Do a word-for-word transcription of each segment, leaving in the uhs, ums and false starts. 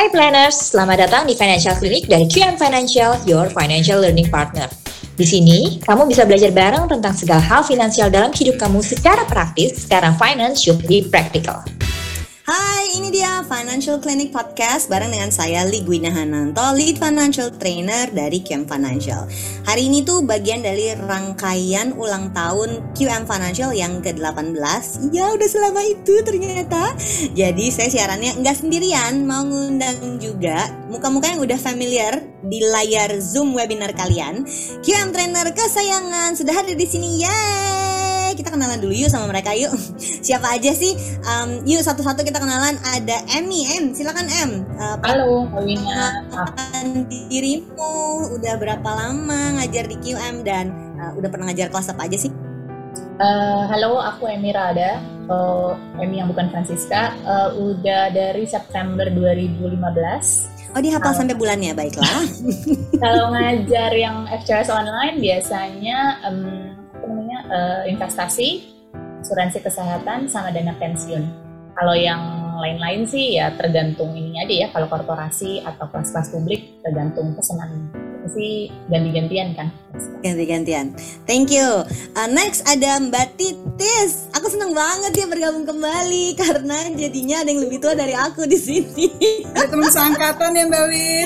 Hai planners, selamat datang di Financial Clinic dari Q M Financial, your financial learning partner. Di sini, kamu bisa belajar bareng tentang segala hal finansial dalam hidup kamu secara praktis, karena finance should be practical. Hai, ini dia Financial Clinic Podcast bareng dengan saya Ligwina Hananto, Lead Financial Trainer dari Q M Financial. Hari ini tuh bagian dari rangkaian ulang tahun Q M Financial yang ke delapan belas. Ya udah selama itu ternyata. Jadi saya siarannya nggak sendirian, mau ngundang juga muka-muka yang udah familiar di layar Zoom webinar kalian. Q M Trainer kesayangan sudah hadir di sini, yeay! Kita kenalan dulu yuk sama mereka yuk. Siapa aja sih? Um, yuk satu-satu kita kenalan. Ada Emmy, M, silakan M. Uh, Halo, Wina. Dirimu udah berapa lama ngajar di Q M dan uh, udah pernah ngajar kelas apa aja sih? Uh, halo, aku Emmy Rada. Uh, Emmy yang bukan Francisca. Uh, udah dari September dua ribu lima belas. Oh, dia hafal sampai bulannya, baiklah. Kalau ngajar yang F C S online biasanya um, apa namanya uh, investasi, asuransi kesehatan, sama dana pensiun. Kalau yang lain-lain sih ya tergantung ininya aja ya. Kalau korporasi atau kelas-kelas publik tergantung pesanan. Itu sih ganti-gantian kan. Ganti-gantian. Thank you. Uh, next ada Mbak Titis. Aku seneng banget dia bergabung kembali karena jadinya ada yang lebih tua dari aku di sini. Ada teman seangkatan ya Mbak Win.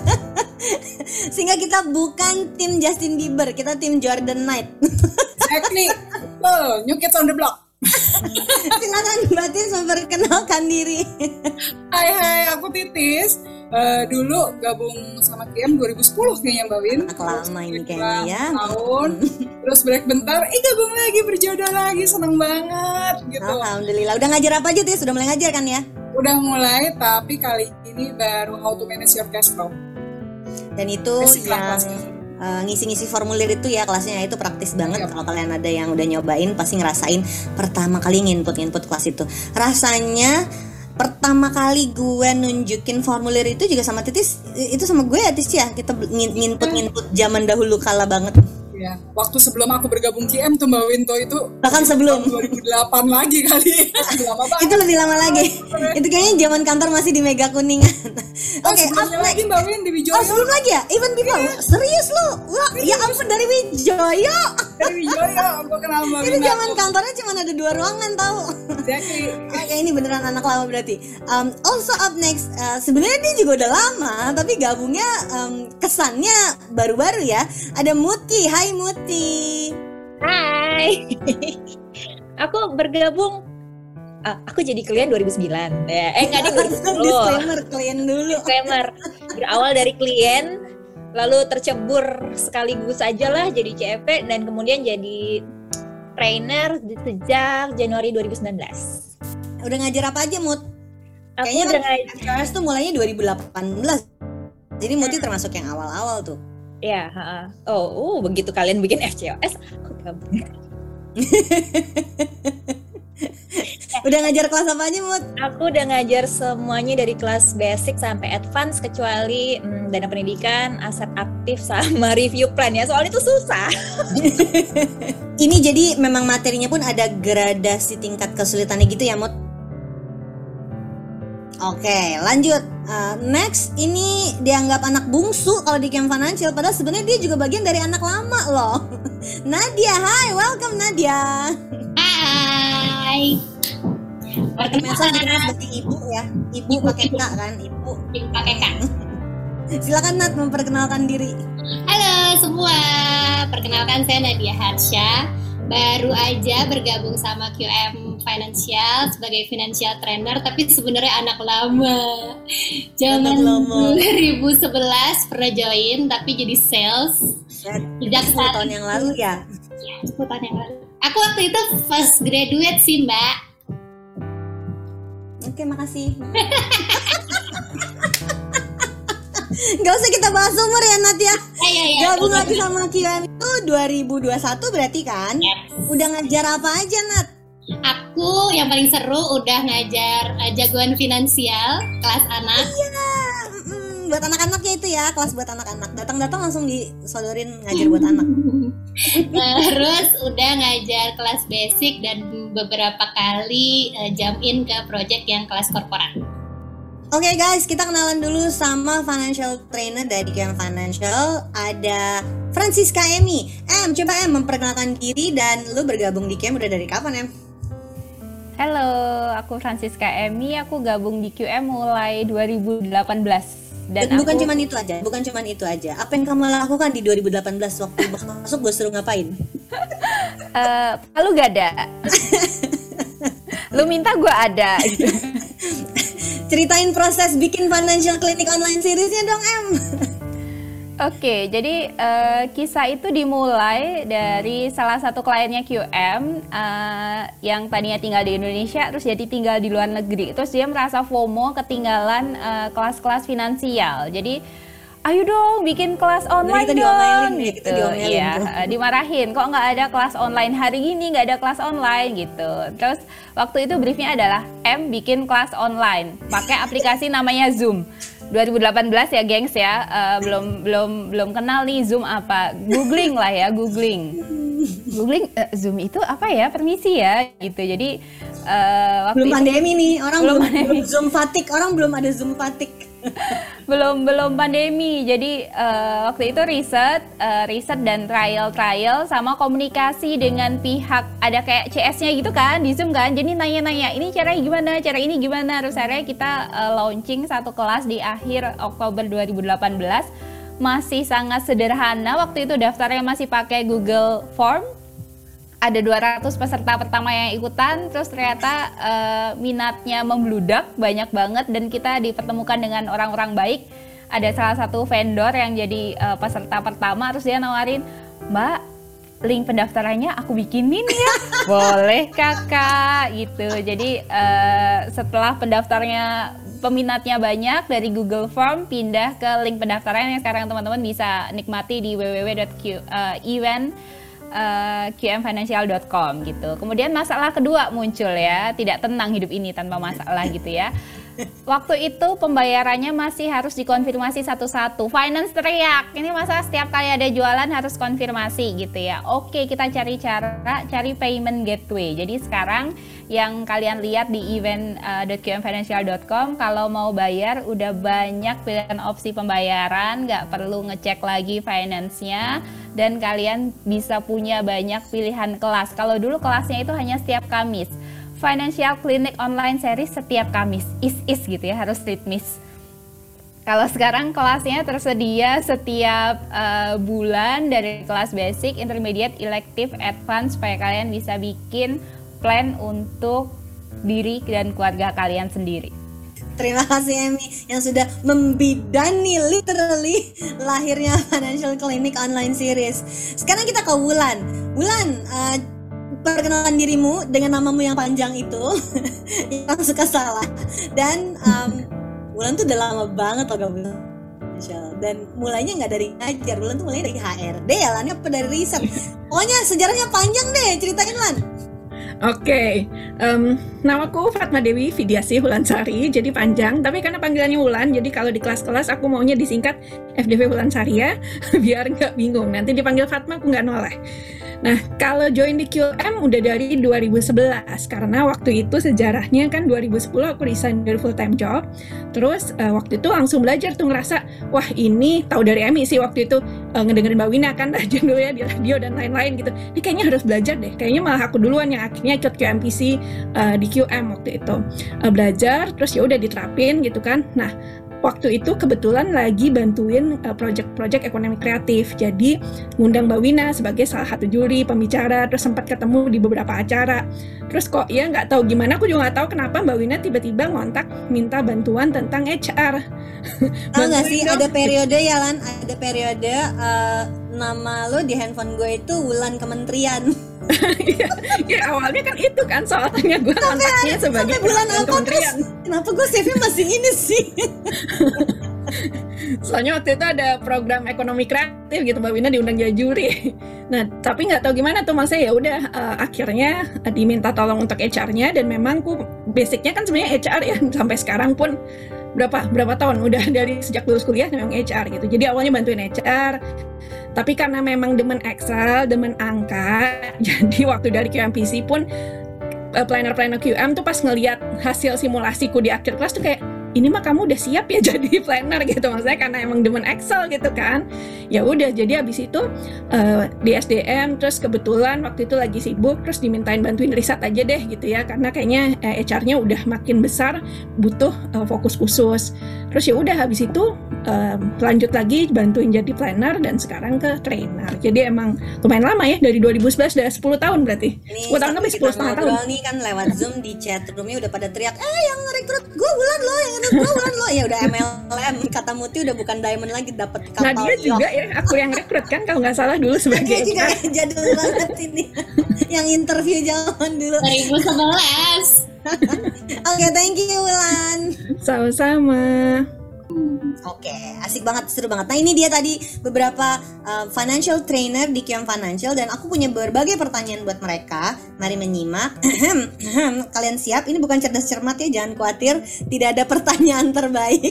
Sehingga kita bukan tim Justin Bieber, kita tim Jordan Knight. Exactly. Oh, New Kids on the Block. Silakan Mbak Titis memperkenalkan diri. Hai hai, aku Titis. Uh, dulu gabung sama Q M dua ribu sepuluh kayaknya Mbak Win. Anak lama ini kayaknya ya. Tahun. Terus break bentar, eh gabung lagi, berjodoh lagi, seneng banget gitu. Alhamdulillah. Udah ngajar apa aja Tis? Udah mulai ngajar kan ya? Udah mulai, tapi kali ini baru how to manage your cash flow. Dan itu Basic yang Uh, ngisi-ngisi formulir itu ya kelasnya itu praktis banget. Yep. Kalau kalian ada yang udah nyobain pasti ngerasain pertama kali nginput-nginput kelas itu. Rasanya pertama kali gue nunjukin formulir itu juga sama Titis, itu sama gue ya Tis ya, kita nginput-nginput zaman dahulu kala banget. Ya, waktu sebelum aku bergabung Q M tuh Mbak Winto itu bahkan sebelum dua ribu delapan lagi kali. Lama banget. Itu lebih lama lagi. Itu kayaknya zaman kantor masih di Mega Kuningan. Oh, Oke, okay, lagi Mbak Win di Wijoyo. Oh, sebelum lagi ya? Even before. Yeah. Serius lu? Wah, ya ampun dari Wijoyo. Dari Wijoyo, aku kenal Mbak Win. Itu zaman kantornya cuma ada dua ruangan tahu. Exactly. Oke, ini beneran anak lama berarti. Um, also up next, uh, sebenarnya dia juga udah lama, tapi gabungnya um, kesannya baru-baru ya. Ada Muti. Hai Muti. Hai. Aku bergabung. Uh, aku jadi klien dua ribu sembilan. Ya, eh enggak, dua ribu sepuluh. Disclaimer klien dulu. Disclaimer. Berawal dari klien, lalu tercebur sekaligus aja lah jadi C F P dan kemudian jadi trainer sejak Januari dua ribu sembilan belas. Udah ngajar apa aja, Mut? Aku Kayaknya udah ngajar F C S tuh mulainya dua ribu delapan belas. Jadi Muti termasuk yang awal-awal tuh. Ya, ha-ha. Oh, uh, begitu kalian bikin F C S, aku gabung. Udah ngajar kelas apa aja, Mut? Aku udah ngajar semuanya dari kelas basic sampai advance kecuali hmm, dana pendidikan, aset aktif sama review plan ya. Soalnya itu susah. Ini jadi memang materinya pun ada gradasi tingkat kesulitannya gitu ya, Mut? Oke, lanjut. Uh, next, ini dianggap anak bungsu kalau di Q M Financial, padahal sebenarnya dia juga bagian dari anak lama loh. Nadia, hai, welcome Nadia. Hai. Perkenalkan dikenal sebagai ibu ya, ibu pakai K kan, ibu. Ibu pakai K. Silakan Nat memperkenalkan diri. Halo semua, perkenalkan saya Nadia Harsha. Baru aja bergabung sama Q M Financial sebagai financial trainer, tapi sebenarnya anak lama. Zaman dua ribu sebelas pernah join, tapi jadi sales. Sejak sepuluh tahun yang lalu ya? Ya, sepuluh tahun yang lalu. Aku waktu itu first graduate sih, Mbak. Oke, makasih. Gak usah kita bahas umur ya Nat ya. Ya, ya, ya. Gabung lagi sama Q M itu dua ribu dua puluh satu berarti kan? Yes. Udah ngajar apa aja Nat? Aku yang paling seru udah ngajar uh, jagoan finansial kelas anak. Iya, mm, buat anak-anaknya itu ya, kelas buat anak-anak. Datang-datang langsung disodorin ngajar buat anak. Terus udah ngajar kelas basic dan beberapa kali uh, jump in ke project yang kelas korporat. Oke okay guys, kita kenalan dulu sama financial trainer dari Q M Financial. Ada Francisca Emi. Em, coba Em memperkenalkan diri dan lu bergabung di Q M udah dari kapan, Em? Halo, aku Francisca Emi. Aku gabung di Q M mulai dua ribu delapan belas. Dan, dan bukan aku... cuma itu aja, bukan cuma itu aja. Apa yang kamu lakukan di dua ribu delapan belas waktu masuk gue suruh ngapain? uh, lu gak ada. Lu minta gue ada gitu. Ceritain proses bikin Financial Clinic Online Series-nya dong, Em. Oke, jadi uh, kisah itu dimulai dari salah satu kliennya Q M uh, yang tadinya tinggal di Indonesia, terus jadi tinggal di luar negeri. Terus dia merasa FOMO ketinggalan uh, kelas-kelas finansial. Jadi, ayo dong bikin kelas online kita dong, gitu. gitu. Iya, uh, dimarahin. Kok nggak ada kelas online hari ini? Nggak ada kelas online gitu. Terus waktu itu briefnya adalah M bikin kelas online, pakai aplikasi namanya Zoom. dua ribu delapan belas ya gengs ya, uh, belum belum belum kenal nih Zoom apa, googling lah ya, googling, googling uh, Zoom itu apa ya, permisi ya gitu. Jadi uh, waktu belum itu, pandemi nih, orang belum, belum, belum Zoom fatigue, orang belum ada Zoom fatigue. belum belum pandemi. Jadi uh, waktu itu riset, uh, riset dan trial-trial sama komunikasi dengan pihak, ada kayak C S-nya gitu kan di Zoom kan. Jadi nanya-nanya, ini caranya gimana, cara ini gimana. Terus akhirnya kita uh, launching satu kelas di akhir Oktober dua ribu delapan belas. Masih sangat sederhana, waktu itu daftarnya masih pakai Google Form. Ada dua ratus peserta pertama yang ikutan, terus ternyata uh, minatnya membludak, banyak banget, dan kita dipertemukan dengan orang-orang baik. Ada salah satu vendor yang jadi uh, peserta pertama, terus dia nawarin, Mbak, link pendaftarannya aku bikinin ya. Boleh kakak, gitu. Jadi uh, setelah pendaftarnya, peminatnya banyak, dari Google Form pindah ke link pendaftaran yang sekarang teman-teman bisa nikmati di w w w dot event Uh, q m financial dot com gitu. Kemudian masalah kedua muncul ya, tidak tenang hidup ini tanpa masalah gitu ya. Waktu itu pembayarannya masih harus dikonfirmasi satu-satu. Finance teriak, ini masa setiap kali ada jualan harus konfirmasi gitu ya. Oke, kita cari cara, cari payment gateway. Jadi sekarang yang kalian lihat di event dot q m financial dot com, kalau mau bayar udah banyak pilihan opsi pembayaran, nggak perlu ngecek lagi finance-nya, dan kalian bisa punya banyak pilihan kelas. Kalau dulu kelasnya itu hanya setiap Kamis. Financial Clinic Online Series setiap Kamis, is-is gitu ya, harus ritmis. Kalau sekarang kelasnya tersedia setiap uh, bulan, dari kelas basic, intermediate, elective, advance, supaya kalian bisa bikin plan untuk diri dan keluarga kalian sendiri. Terima kasih Emi yang sudah membidani literally lahirnya Financial Clinic Online Series. Sekarang kita ke Wulan. Wulan, uh, perkenalkan dirimu dengan namamu yang panjang itu yang suka salah. Dan um, Wulan tuh udah lama banget loh gabung, dan mulainya nggak dari ngajar. Wulan tuh mulainya dari H R D ya Lan, apa dari riset. Pokoknya sejarahnya panjang deh, ceritain Lan. Oke, okay. um, namaku Fatma Dewi Vidyasi Wulansari, jadi panjang, tapi karena panggilannya Wulan, jadi kalau di kelas-kelas aku maunya disingkat F D V Wulansari ya, biar nggak bingung, nanti dipanggil Fatma aku nggak noleh. Nah, kalau join di Q M udah dari dua ribu sebelas, karena waktu itu sejarahnya kan dua ribu sepuluh aku resign dari full time job. Terus uh, waktu itu langsung belajar tuh, ngerasa wah ini tahu dari Emi sih waktu itu, uh, ngedengerin Mbak Wina kan rajin dulu ya di radio dan lain-lain gitu. Ini kayaknya harus belajar deh. Kayaknya malah aku duluan yang akhirnya ikut Q M P C uh, di Q M waktu itu. Uh, belajar terus ya udah diterapin gitu kan. Nah, waktu itu kebetulan lagi bantuin uh, project-project ekonomi kreatif, jadi ngundang Mbak Wina sebagai salah satu juri pembicara, terus sempat ketemu di beberapa acara. Terus kok ya nggak tahu gimana, aku juga nggak tahu kenapa Mbak Wina tiba-tiba ngontak minta bantuan tentang H R. Tahu nggak sih ada periode ya Lan, ada periode uh, nama lo di handphone gue itu Wulan Kementerian. ya, ya awalnya kan itu kan soalnya gue kontaknya sebagai bulan apa terus kenapa gue save-nya masih ini sih. Soalnya waktu itu ada program ekonomi kreatif gitu, Mbak Wina diundang jadi juri. Nah tapi nggak tahu gimana tuh, maksudnya ya udah uh, akhirnya uh, diminta tolong untuk H R-nya, dan memang ku basicnya kan sebenarnya H R ya, sampai sekarang pun berapa berapa tahun udah dari sejak lulus kuliah memang H R gitu. Jadi awalnya bantuin H R, tapi karena memang demen Excel, demen angka, jadi waktu dari Q M P C pun uh, planner-planner Q M tuh pas ngelihat hasil simulasiku di akhir kelas tuh kayak, ini mah kamu udah siap ya jadi planner gitu, maksudnya karena emang demen Excel gitu kan. Ya udah, jadi habis itu uh, di S D M terus kebetulan waktu itu lagi sibuk, terus dimintain bantuin riset aja deh gitu ya, karena kayaknya uh, H R-nya udah makin besar, butuh uh, fokus khusus. Terus ya udah habis itu uh, lanjut lagi bantuin jadi planner dan sekarang ke trainer. Jadi emang lumayan lama ya, dari dua ribu sebelas udah sepuluh tahun berarti. Ini sepuluh tahun lebih, sepuluh setengah tahun. nih kan lewat Zoom di chat roomnya udah pada teriak, eh yang ngerekrut gue Wulan loh, yang ngerekrut gue Wulan loh. Ya udah M L M, kata Muti udah bukan diamond lagi, dapet kapal. Nah dia juga ya, aku yang rekrut kan kalau nggak salah dulu sebagai Dia juga ya, jadul banget ini. Yang interview zaman dulu dua ribu sebelas. Oke, okay, thank you Wulan. Sama-sama. Oke, okay, asik banget, seru banget. Nah ini dia tadi beberapa uh, financial trainer di Q M Financial, dan aku punya berbagai pertanyaan buat mereka. Mari menyimak. Kalian siap? Ini bukan cerdas cermat ya, jangan khawatir. Tidak ada pertanyaan terbaik.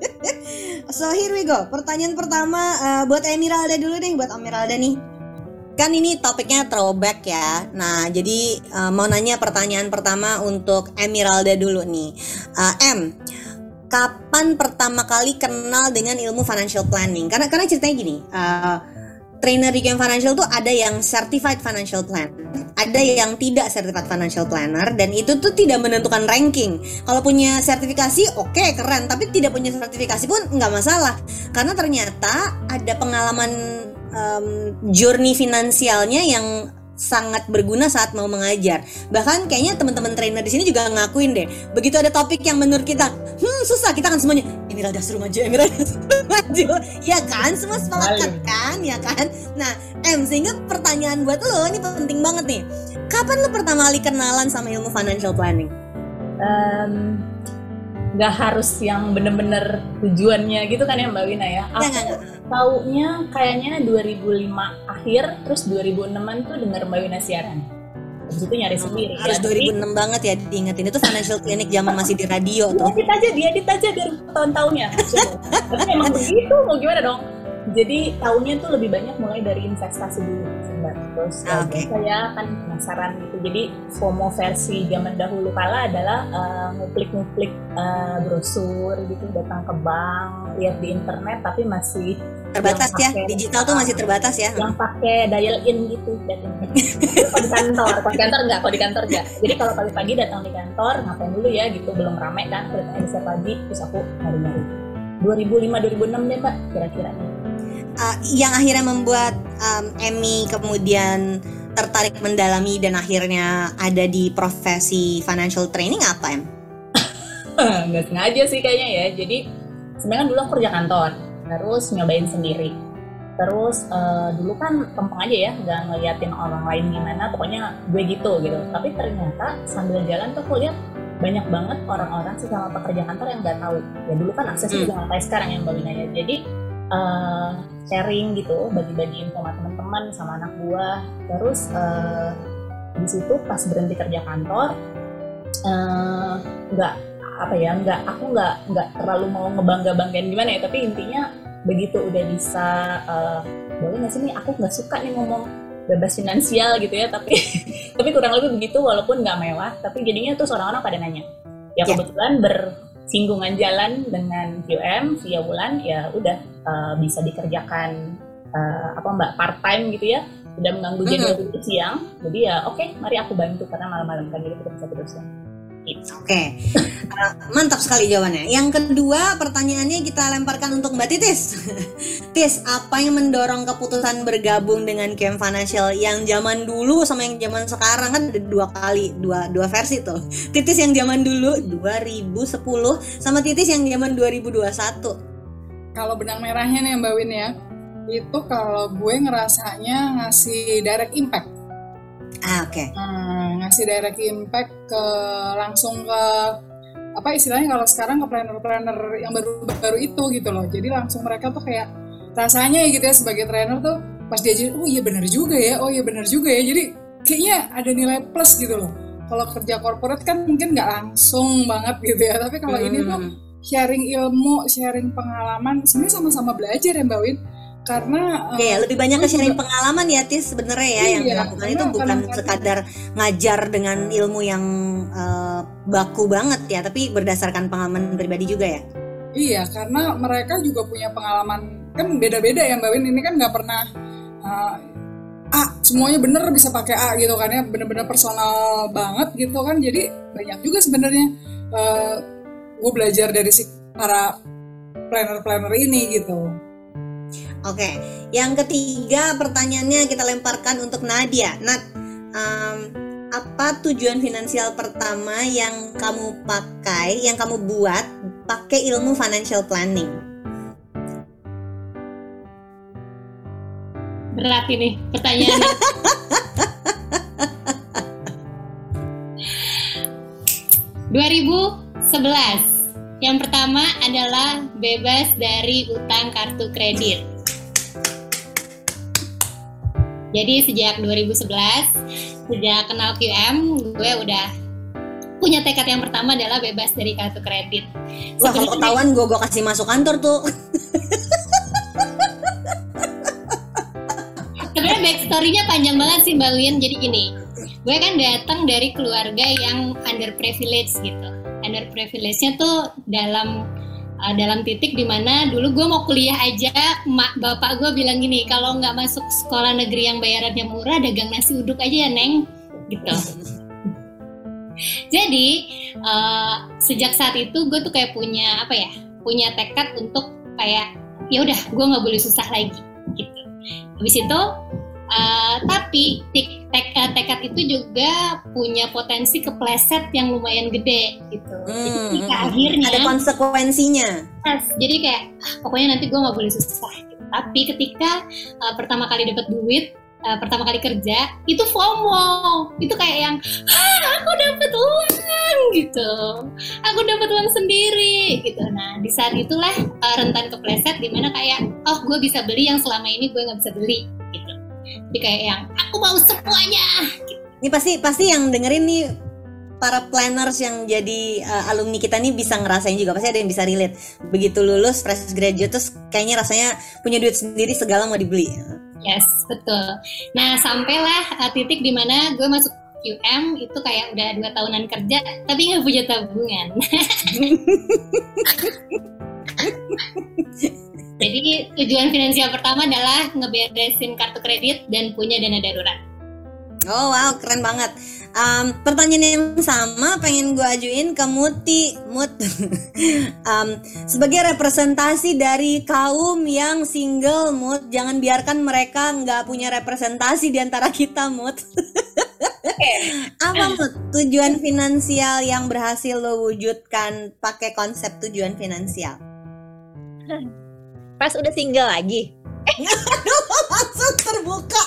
So here we go. Pertanyaan pertama uh, buat Emiralda dulu deh, buat Emiralda nih. Kan ini topiknya throwback ya. Nah jadi uh, mau nanya pertanyaan pertama untuk Emiralda dulu nih. uh, M Kapan pertama kali kenal dengan ilmu financial planning? Karena karena ceritanya gini, uh, trainer di Q M Financial tuh ada yang certified financial plan, ada yang tidak certified financial planner, dan itu tuh tidak menentukan ranking. Kalau punya sertifikasi, oke okay, keren, tapi tidak punya sertifikasi pun nggak masalah, karena ternyata ada pengalaman um, journey finansialnya yang sangat berguna saat mau mengajar. Bahkan kayaknya teman-teman trainer di sini juga ngakuin deh, begitu ada topik yang menurut kita hmm susah, kita akan semuanya Emiralda suruh maju, Emiralda suruh maju, ya kan, semua sepakat kan, ya kan. Nah M, sehingga pertanyaan buat lo ini penting banget nih, kapan lo pertama kali kenalan sama ilmu financial planning? Um, Gak harus yang bener-bener tujuannya gitu kan ya Mbak Wina ya. Aku ya, taunya kayaknya dua ribu lima akhir, terus dua ribu enam-an tuh denger Mbak Wina siaran. Habis itu nyari sendiri. Harus ya, dua ribu enam jadi, banget ya diingetin, itu financial clinic zaman masih di radio tuh. Diedit aja, diedit aja biar tahun-tahunnya. Tapi emang begitu, mau gimana dong? Jadi tahunnya tuh lebih banyak mulai dari investasi dulu, Mbak. Terus ah, okay. saya kan penasaran gitu. Jadi FOMO versi zaman dahulu kala adalah uh, nguplik-nguplik uh, brosur gitu, datang ke bank, lihat di internet, tapi masih terbatas ya, digital tuh masih terbatas ya. Yang pakai dial in gitu, datang kalau di kantor, kalau di kantor enggak, kalau di kantor enggak. Jadi kalau pagi-pagi datang di kantor, ngapain dulu ya gitu, belum rame kan, datang di pagi, terus aku nyari-nyari. dua ribu lima dua ribu enam deh Pak, kira-kira. Uh, yang akhirnya membuat um, Emi kemudian tertarik mendalami dan akhirnya ada di profesi financial training apa Em? Nggak sengaja sih kayaknya ya. Jadi sebenarnya dulu aku kerja kantor, terus nyobain sendiri. Terus uh, dulu kan lempeng aja ya, nggak ngeliatin orang lain gimana, pokoknya gue gitu gitu. Tapi ternyata sambil jalan tuh aku lihat banyak banget orang-orang sesama pekerja kantor yang nggak tahu. Ya dulu kan aksesnya hmm. juga nggak kayak sekarang yang Mbak Wina ya. Jadi Uh, sharing gitu, bagi-bagi info sama teman-teman sama anak buah. Terus uh, di situ pas berhenti kerja kantor, uh, nggak apa ya, nggak aku nggak nggak terlalu mau ngebangga-banggain gimana ya. Tapi intinya begitu udah bisa, uh, boleh nggak sih nih, aku nggak suka nih ngomong bebas finansial gitu ya. Tapi tapi kurang lebih begitu, walaupun nggak mewah. Tapi jadinya tuh orang-orang pada nanya. Ya kebetulan ber singgungan jalan dengan Q M via Wulan, ya udah uh, bisa dikerjakan uh, apa Mbak part time gitu ya, udah mengganggu jam dua puluh siang, jadi ya oke okay, mari aku bantu karena malam-malam kan jadi kita bisa tidur siang. Oke, okay. uh, mantap sekali jawabannya. Yang kedua pertanyaannya kita lemparkan untuk Mbak Titis. Tis, apa yang mendorong keputusan bergabung dengan Q M Financial yang zaman dulu sama yang zaman sekarang? Kan ada dua kali, dua dua versi tuh. Titis yang zaman dulu dua ribu sepuluh sama Titis yang zaman dua ribu dua puluh satu. Kalau benang merahnya nih Mbak Win ya, itu kalau gue ngerasanya ngasih direct impact. Ah, oke. Okay. Hmm, ngasih direct impact ke langsung ke apa istilahnya kalau sekarang ke planner-planner yang baru-baru itu gitu loh. Jadi langsung mereka tuh kayak rasanya ya gitu ya sebagai trainer tuh pas diajarin, oh iya benar juga ya, oh iya benar juga ya. Jadi kayaknya ada nilai plus gitu loh. Kalau kerja corporate kan mungkin nggak langsung banget gitu ya. Tapi kalau hmm. ini tuh sharing ilmu, sharing pengalaman, sebenarnya sama-sama belajar ya Mbak Win. Karena ya, uh, lebih banyak ke sharing pengalaman ya Tis sebenarnya ya, iya, yang dilakukan itu bukan sekadar ngajar dengan ilmu yang uh, baku banget ya, tapi berdasarkan pengalaman pribadi juga ya. Iya, karena mereka juga punya pengalaman, kan beda-beda ya Mbak Win, ini kan nggak pernah uh, A, semuanya bener bisa pakai A gitu kan ya, bener-bener personal banget gitu kan, jadi banyak juga sebenarnya uh, gue belajar dari si para planner-planner ini gitu. Oke, yang ketiga pertanyaannya kita lemparkan untuk Nadia. Nat, um, apa tujuan finansial pertama yang kamu pakai, yang kamu buat pakai ilmu financial planning? Berat ini pertanyaannya. dua ribu sebelas. Yang pertama adalah bebas dari utang kartu kredit. Jadi sejak dua ribu sebelas, sejak kenal Q M, gue udah punya tekad yang pertama adalah bebas dari kartu kredit. Wah, kalau ketahuan gue gue kasih masuk kantor tuh. Sebenarnya backstory-nya panjang banget sih Mbak Win. Jadi gini, gue kan datang dari keluarga yang underprivileged gitu. Underprivileged-nya tuh dalam uh, dalam titik dimana dulu gue mau kuliah aja, mak bapak gue bilang gini, kalau nggak masuk sekolah negeri yang bayarannya murah, dagang nasi uduk aja ya Neng, gitu. Jadi uh, sejak saat itu gue tuh kayak punya apa ya, punya tekad untuk kayak ya udah gue nggak boleh susah lagi, gitu. Habis itu uh, tapi tek, tek, tekad itu juga punya potensi kepleset yang lumayan gede gitu. Hmm, jadi akhirnya ada konsekuensinya. Yes, jadi kayak ah, pokoknya nanti gue nggak boleh susah. Gitu. Tapi ketika uh, pertama kali dapat duit, uh, pertama kali kerja, itu FOMO. Itu kayak yang ah aku dapat uang gitu, aku dapat uang sendiri gitu. Nah di saat itulah uh, rentan kepleset dimana kayak oh gue bisa beli yang selama ini gue nggak bisa beli gitu. Jadi kayak yang aku mau semuanya. Gitu. Ini pasti pasti yang dengerin nih para planners yang jadi uh, alumni kita nih bisa ngerasain juga, pasti ada yang bisa relate. Begitu lulus fresh graduate terus kayaknya rasanya punya duit sendiri segala mau dibeli. Yes, betul. Nah sampailah uh, titik dimana gue masuk Q M itu kayak udah dua tahunan kerja tapi nggak punya tabungan. Jadi tujuan finansial pertama adalah ngeberesin kartu kredit dan punya dana darurat. Oh wow, keren banget. Um, pertanyaan yang sama pengen gue ajuin ke Muti. Mut, um, sebagai representasi dari kaum yang single, Mut, jangan biarkan mereka nggak punya representasi di antara kita, Mut. Apa Mut tujuan finansial yang berhasil lo wujudkan pakai konsep tujuan finansial? Pas udah single lagi. Aduh, langsung terbuka.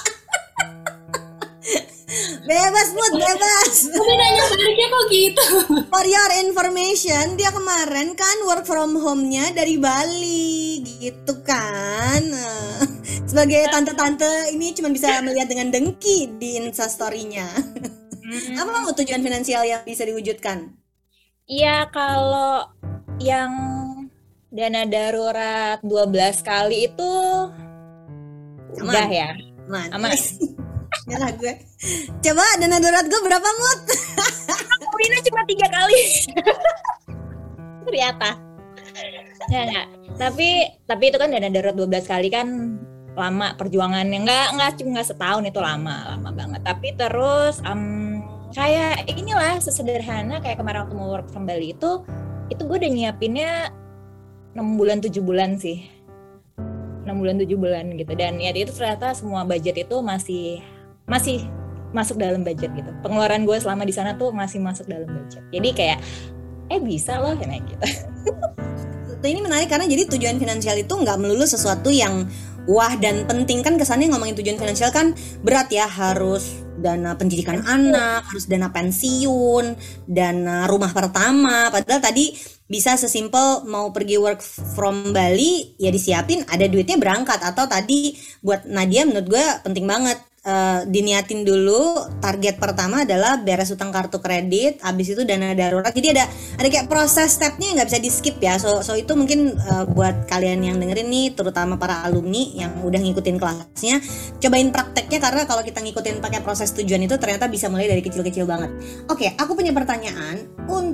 Bebas Mut, bebas. Tapi nanya baliknya kok gitu. For your information, dia kemarin kan work from home-nya dari Bali, gitu kan. Sebagai tante-tante ini cuma bisa melihat dengan dengki di Instastory-nya. Apa mau tujuan finansial yang bisa diwujudkan? Iya, kalau yang dana darurat dua belas kali itu Aman. udah ya. Aman. Aman. Nyerah gue. Coba dana darurat gue berapa Mut? Wina cuma tiga kali. Ternyata. Ya, enggak. Tapi tapi itu kan dana darurat dua belas kali kan lama perjuangannya. Enggak enggak cuma enggak setahun, itu lama, lama banget. Tapi terus um, kayak inilah sesederhana kayak kemarin waktu mau work from Bali itu itu gue udah nyiapinnya enam bulan tujuh bulan sih. enam bulan tujuh bulan gitu. Dan ya itu ternyata semua budget itu masih masih masuk dalam budget gitu. Pengeluaran gue selama di sana tuh masih masuk dalam budget. Jadi kayak eh bisa loh kayak gitu. Ini menarik karena jadi tujuan finansial itu nggak melulu sesuatu yang wah dan penting. Kan kesannya ngomongin tujuan finansial kan berat ya, harus dana pendidikan anak, harus dana pensiun, dana rumah pertama. Padahal tadi bisa sesimpel mau pergi work from Bali ya disiapin ada duitnya berangkat. Atau tadi buat Nadia menurut gue penting banget uh, diniatin dulu. Target pertama adalah beres utang kartu kredit, habis itu dana darurat. Jadi ada ada kayak proses stepnya nggak bisa di skip ya. So so itu mungkin uh, buat kalian yang dengerin nih, terutama para alumni yang udah ngikutin kelasnya, cobain prakteknya, karena kalau kita ngikutin pakai proses tujuan itu ternyata bisa mulai dari kecil-kecil banget. Oke, aku punya pertanyaan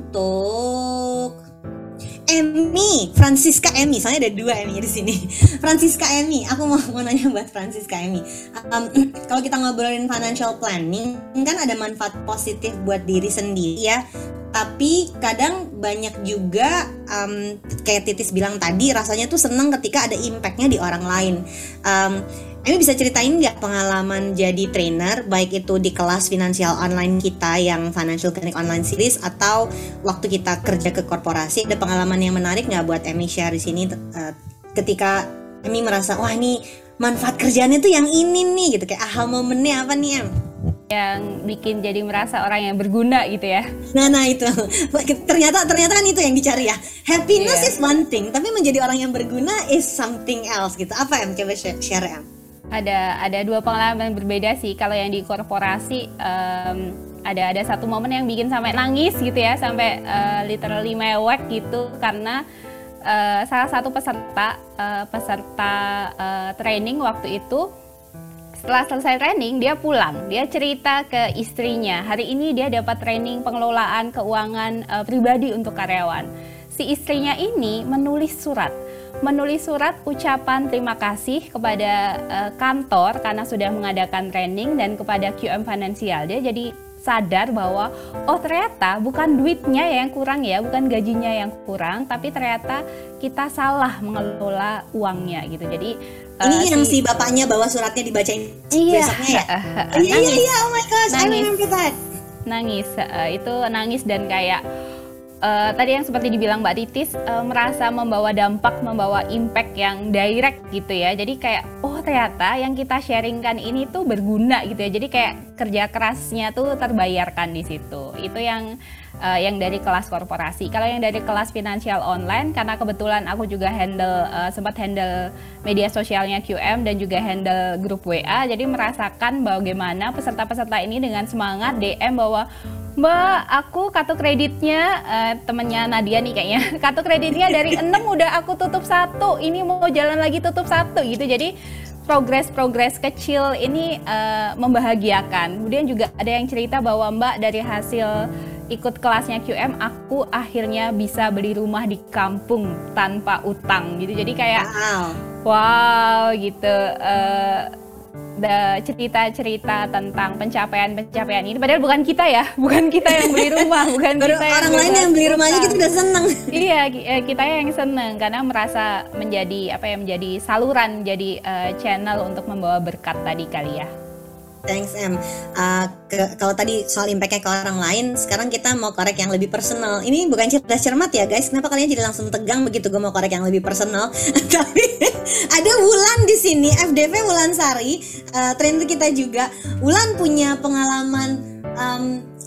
untuk Emmy, Francisca Emmy, soalnya ada dua Emmy di sini. Francisca Emmy, aku mau, mau nanya buat Francisca Emmy. Um, kalau kita ngobrolin financial planning, kan ada manfaat positif buat diri sendiri ya. Tapi kadang banyak juga um, kayak Titis bilang tadi, rasanya tuh seneng ketika ada impactnya di orang lain. Um, Emi bisa ceritain nggak pengalaman jadi trainer, baik itu di kelas finansial online kita yang Financial Clinic Online Series atau waktu kita kerja ke korporasi, ada pengalaman yang menarik nggak buat Emi share di sini uh, ketika Emi merasa wah ini manfaat kerjaannya tuh yang ini nih gitu, kayak aha momennya apa nih Em? Yang bikin jadi merasa orang yang berguna gitu ya. Nah, nah itu ternyata ternyata kan itu yang dicari ya. Happiness yeah. is one thing, tapi menjadi orang yang berguna is something else gitu. Apa Em? Coba share Em. Ada ada dua pengalaman berbeda sih. Kalau yang di korporasi um, ada ada satu momen yang bikin sampai nangis gitu ya, sampai uh, literally mewek gitu karena uh, salah satu peserta uh, peserta uh, training waktu itu setelah selesai training dia pulang, dia cerita ke istrinya, hari ini dia dapat training pengelolaan keuangan uh, pribadi untuk karyawan. Si istrinya ini menulis surat menulis surat ucapan terima kasih kepada uh, kantor karena sudah mengadakan training dan kepada Q M Financial. Dia jadi sadar bahwa oh ternyata bukan duitnya yang kurang ya, bukan gajinya yang kurang, tapi ternyata kita salah mengelola uangnya gitu. Jadi uh, ini yang si bapaknya bawa suratnya dibacain iya, besoknya ya. Uh, uh, uh, iya iya iya, oh my gosh, nangis, I remember that. Nangis, uh, itu nangis dan kayak Uh, tadi yang seperti dibilang Mbak Titis, uh, merasa membawa dampak, membawa impact yang direct gitu ya. Jadi kayak, oh ternyata yang kita sharingkan ini tuh berguna gitu ya. Jadi kayak kerja kerasnya tuh terbayarkan di situ. Itu yang uh, yang dari kelas korporasi. Kalau yang dari kelas finansial online, karena kebetulan aku juga handle uh, sempat handle media sosialnya Q M dan juga handle grup W A. Jadi merasakan bagaimana peserta-peserta ini dengan semangat D M bahwa Mbak, aku kartu kreditnya uh, temennya Nadia nih kayaknya, kartu kreditnya dari enam udah aku tutup satu, ini mau jalan lagi tutup satu gitu. Jadi progres-progres kecil ini uh, membahagiakan. Kemudian juga ada yang cerita bahwa Mbak dari hasil ikut kelasnya Q M, aku akhirnya bisa beli rumah di kampung tanpa utang gitu. Jadi kayak wow, wow gitu. Uh, cerita-cerita tentang pencapaian-pencapaian ini, padahal bukan kita ya, bukan kita yang beli rumah, bukan Baru kita yang orang lain yang beli rumahnya kita udah seneng. Iya, kita yang seneng karena merasa menjadi apa ya, menjadi saluran, jadi uh, channel untuk membawa berkat tadi kali ya. Thanks Em. Uh, ke, kalau tadi soal impactnya ke orang lain, sekarang kita mau korek yang lebih personal. Ini bukan cerdas cermat ya guys. Kenapa kalian jadi langsung tegang begitu gue mau korek yang lebih personal? Tapi ada Wulan di sini, F D V Wulansari, uh, trainer kita juga. Wulan punya pengalaman um,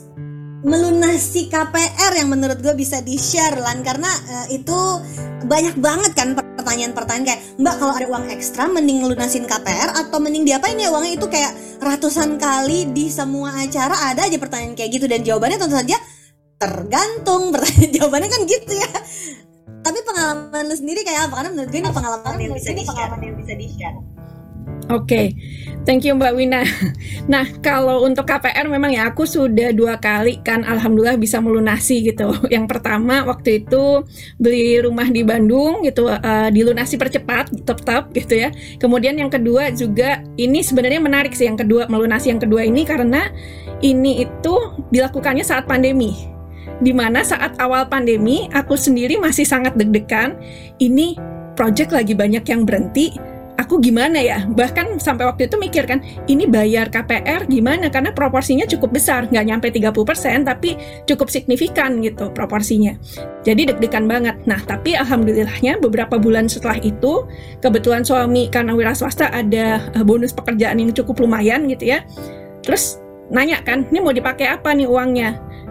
melunasi K P R yang menurut gue bisa di-share Lan, karena uh, itu banyak banget kan pertanyaan-pertanyaan kayak, Mbak kalau ada uang ekstra mending ngelunasin K P R atau mending diapain ya uangnya? Itu kayak ratusan kali di semua acara ada aja pertanyaan kayak gitu, dan jawabannya tentu saja tergantung. Pertanyaan jawabannya kan gitu ya. Tapi pengalaman lu sendiri kayak apa? Karena menurut gue ini pengalaman yang bisa di-share. Pengalaman yang bisa di-share. Oke, okay. Thank you Mbak Wina. Nah, kalau untuk K P R memang ya aku sudah dua kali kan alhamdulillah bisa melunasi gitu. Yang pertama waktu itu beli rumah di Bandung gitu, uh, dilunasi percepat tetap gitu ya. Kemudian yang kedua juga ini sebenarnya menarik sih, yang kedua melunasi yang kedua ini karena ini itu dilakukannya saat pandemi. Dimana saat awal pandemi aku sendiri masih sangat deg-degan, ini project lagi banyak yang berhenti, aku gimana ya? Bahkan sampai waktu itu mikir kan, ini bayar K P R gimana? Karena proporsinya cukup besar, nggak nyampe tiga puluh persen, tapi cukup signifikan gitu proporsinya. Jadi deg-degan banget. Nah, tapi alhamdulillahnya beberapa bulan setelah itu, kebetulan suami karena wira swasta ada bonus pekerjaan yang cukup lumayan gitu ya. Terus nanya kan, ini mau dipakai apa nih uangnya?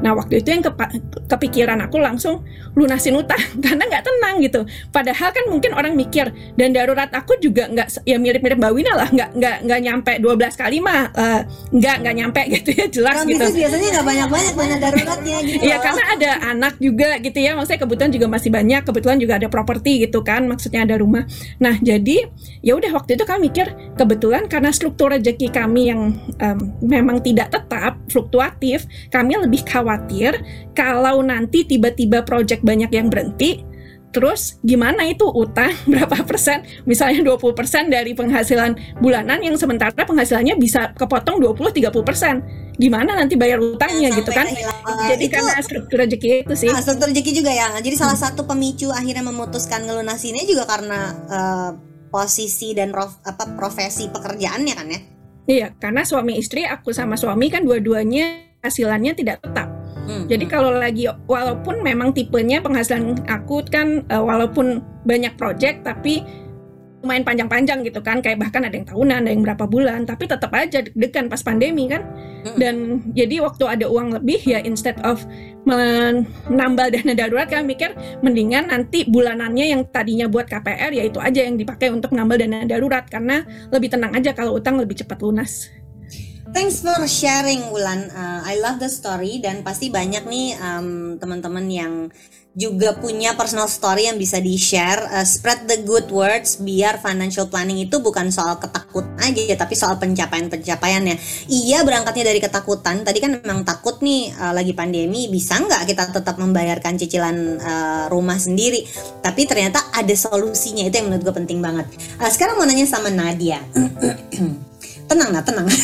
Nah waktu itu yang kepa- kepikiran aku langsung lunasin utang karena nggak tenang gitu. Padahal kan mungkin orang mikir dan darurat aku juga nggak ya mirip-mirip Mbak Wina lah, nggak nggak nggak nyampe dua belas kali mah uh, nggak nggak nyampe gitu ya, jelas orang gitu. Bisnis biasanya nggak banyak-banyak dana daruratnya gitu. Iya karena ada anak juga gitu ya, maksudnya kebutuhan juga masih banyak, kebetulan juga ada properti gitu kan, maksudnya ada rumah. Nah jadi ya udah waktu itu kami mikir kebetulan karena struktur rezeki kami yang um, memang tidak tetap, fluktuatif, kami lebih khawatir kalau nanti tiba-tiba proyek banyak yang berhenti, terus gimana itu utang berapa persen, misalnya dua puluh persen dari penghasilan bulanan yang sementara penghasilannya bisa kepotong dua puluh sampai tiga puluh persen. Gimana nanti bayar utangnya gitu kan. Uh, Jadi itu, karena struktur rezeki itu sih. Nah, struktur rezeki juga ya. Jadi salah satu pemicu akhirnya memutuskan ngelunasinnya juga karena uh, posisi dan prof, apa profesi pekerjaannya kan ya. Iya, karena suami istri, aku sama suami kan dua-duanya hasilannya tidak tetap. Hmm. Jadi kalau lagi walaupun memang tipenya penghasilan aku kan uh, walaupun banyak project tapi lumayan panjang-panjang gitu kan, kayak bahkan ada yang tahunan, ada yang berapa bulan, tapi tetap aja deg-degan pas pandemi kan. Hmm. Dan jadi waktu ada uang lebih ya instead of menambal dana darurat kan mikir mendingan nanti bulanannya yang tadinya buat K P R ya itu aja yang dipakai untuk menambal dana darurat karena lebih tenang aja kalau utang lebih cepat lunas. Thanks for sharing Wulan, uh, I love the story dan pasti banyak nih um, teman-teman yang juga punya personal story yang bisa di-share. Uh, spread the good words biar financial planning itu bukan soal ketakutan aja tapi soal pencapaian-pencapaiannya. Iya berangkatnya dari ketakutan, tadi kan memang takut nih uh, lagi pandemi bisa nggak kita tetap membayarkan cicilan uh, rumah sendiri, tapi ternyata ada solusinya, itu yang menurut gue penting banget. Uh, sekarang mau nanya sama Nadia. Tenang nah, tenang.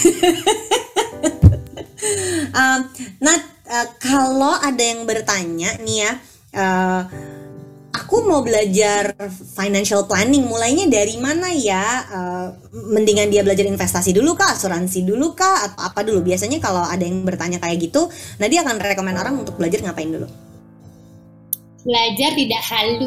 uh, Nat, uh, kalau ada yang bertanya nih ya, uh, aku mau belajar financial planning, mulainya dari mana ya? Uh, mendingan dia belajar investasi dulu kah, asuransi dulu kah, atau apa dulu? Biasanya kalau ada yang bertanya kayak gitu, nah dia akan rekomen orang untuk belajar ngapain dulu? Belajar tidak halu.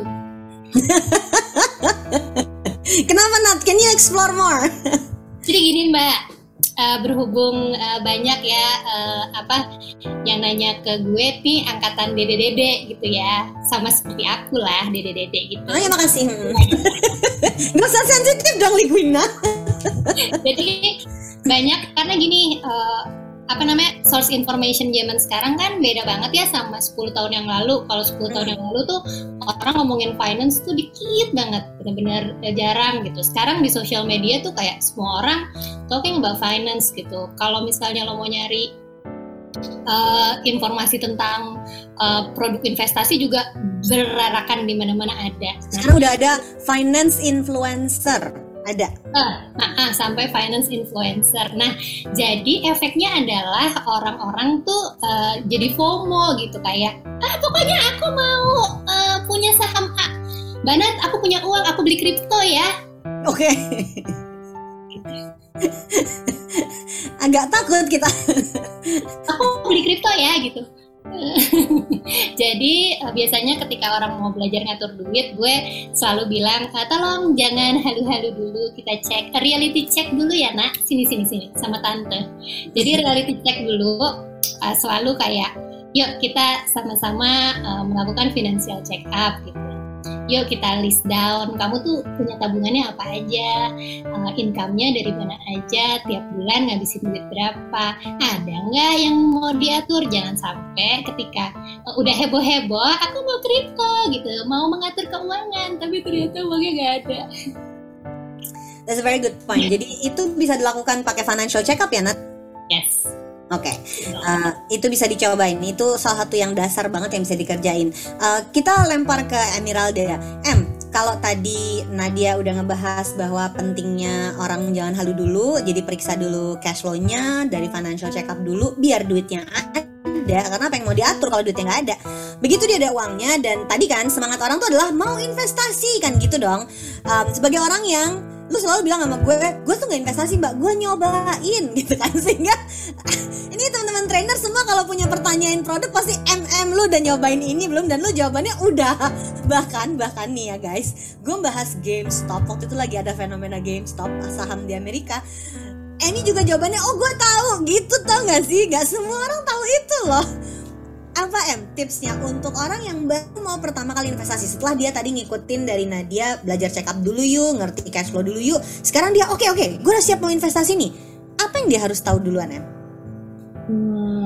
Kenapa Nat? Can you explore more? Jadi gini Mbak, uh, berhubung uh, banyak ya uh, apa yang nanya ke gue nih angkatan dede-dede gitu ya, sama seperti aku lah dede-dede gitu. Oh ya makasih. Gak usah sensitif dong Ligwina. Jadi banyak karena gini, uh, apa namanya source information zaman sekarang kan beda banget ya sama sepuluh tahun yang lalu. Kalau sepuluh tahun yang lalu tuh orang ngomongin finance tuh dikit banget, benar-benar jarang gitu. Sekarang di social media tuh kayak semua orang talking about finance gitu. Kalau misalnya lo mau nyari uh, informasi tentang uh, produk investasi juga berarakan di mana-mana ada. Sekarang udah ada finance influencer. Ada uh, uh, uh, sampai finance influencer. Nah, jadi efeknya adalah orang-orang tuh uh, jadi FOMO gitu, kayak ah pokoknya aku mau uh, punya saham A. Mbak Nat, aku punya uang, aku beli kripto ya. Oke. Okay. Agak takut kita. Aku beli kripto ya gitu. Jadi biasanya ketika orang mau belajar ngatur duit, gue selalu bilang, tolong jangan halu-halu dulu, kita cek reality check dulu ya nak, sini sini sini sama tante. Jadi reality check dulu, uh, selalu kayak, yuk kita sama-sama uh, melakukan financial check up gitu. Yuk kita list down, kamu tuh punya tabungannya apa aja, uh, income-nya dari mana aja, tiap bulan ngabisin duit berapa, ada nggak yang mau diatur. Jangan sampai ketika uh, udah heboh-heboh, aku mau kripto gitu, mau mengatur keuangan, tapi ternyata uangnya nggak ada. That's a very good point. Jadi itu bisa dilakukan pakai financial check up ya Nat? Yes. Oke, okay. uh, itu bisa dicobain. Itu salah satu yang dasar banget yang bisa dikerjain. Uh, kita lempar ke Emeralda. Em, kalau tadi Nadia udah ngebahas bahwa pentingnya orang jangan halu dulu, jadi periksa dulu cash flow-nya dari financial check up dulu, biar duitnya ada. Karena apa yang mau diatur kalau duitnya nggak ada. Begitu dia ada uangnya, dan tadi kan semangat orang tuh adalah mau investasi kan gitu dong. Um, sebagai orang yang lu selalu bilang sama gue, gue tuh gak investasi mbak, gue nyobain gitu kan. Sehingga ini teman-teman trainer semua kalau punya pertanyaan produk pasti M M lu udah nyobain ini belum, dan lu jawabannya udah. Bahkan bahkan nih ya guys, gue bahas GameStop, waktu itu lagi ada fenomena GameStop, saham di Amerika. Ini juga jawabannya oh gue tahu gitu, tau gak sih? Gak semua orang tahu itu loh. apa Em tipsnya untuk orang yang baru mau pertama kali investasi, setelah dia tadi ngikutin dari Nadia, belajar check up dulu yuk, ngerti cash flow dulu yuk, sekarang dia oke okay, oke okay, gue udah siap mau investasi nih, apa yang dia harus tahu duluan Em? Hmm,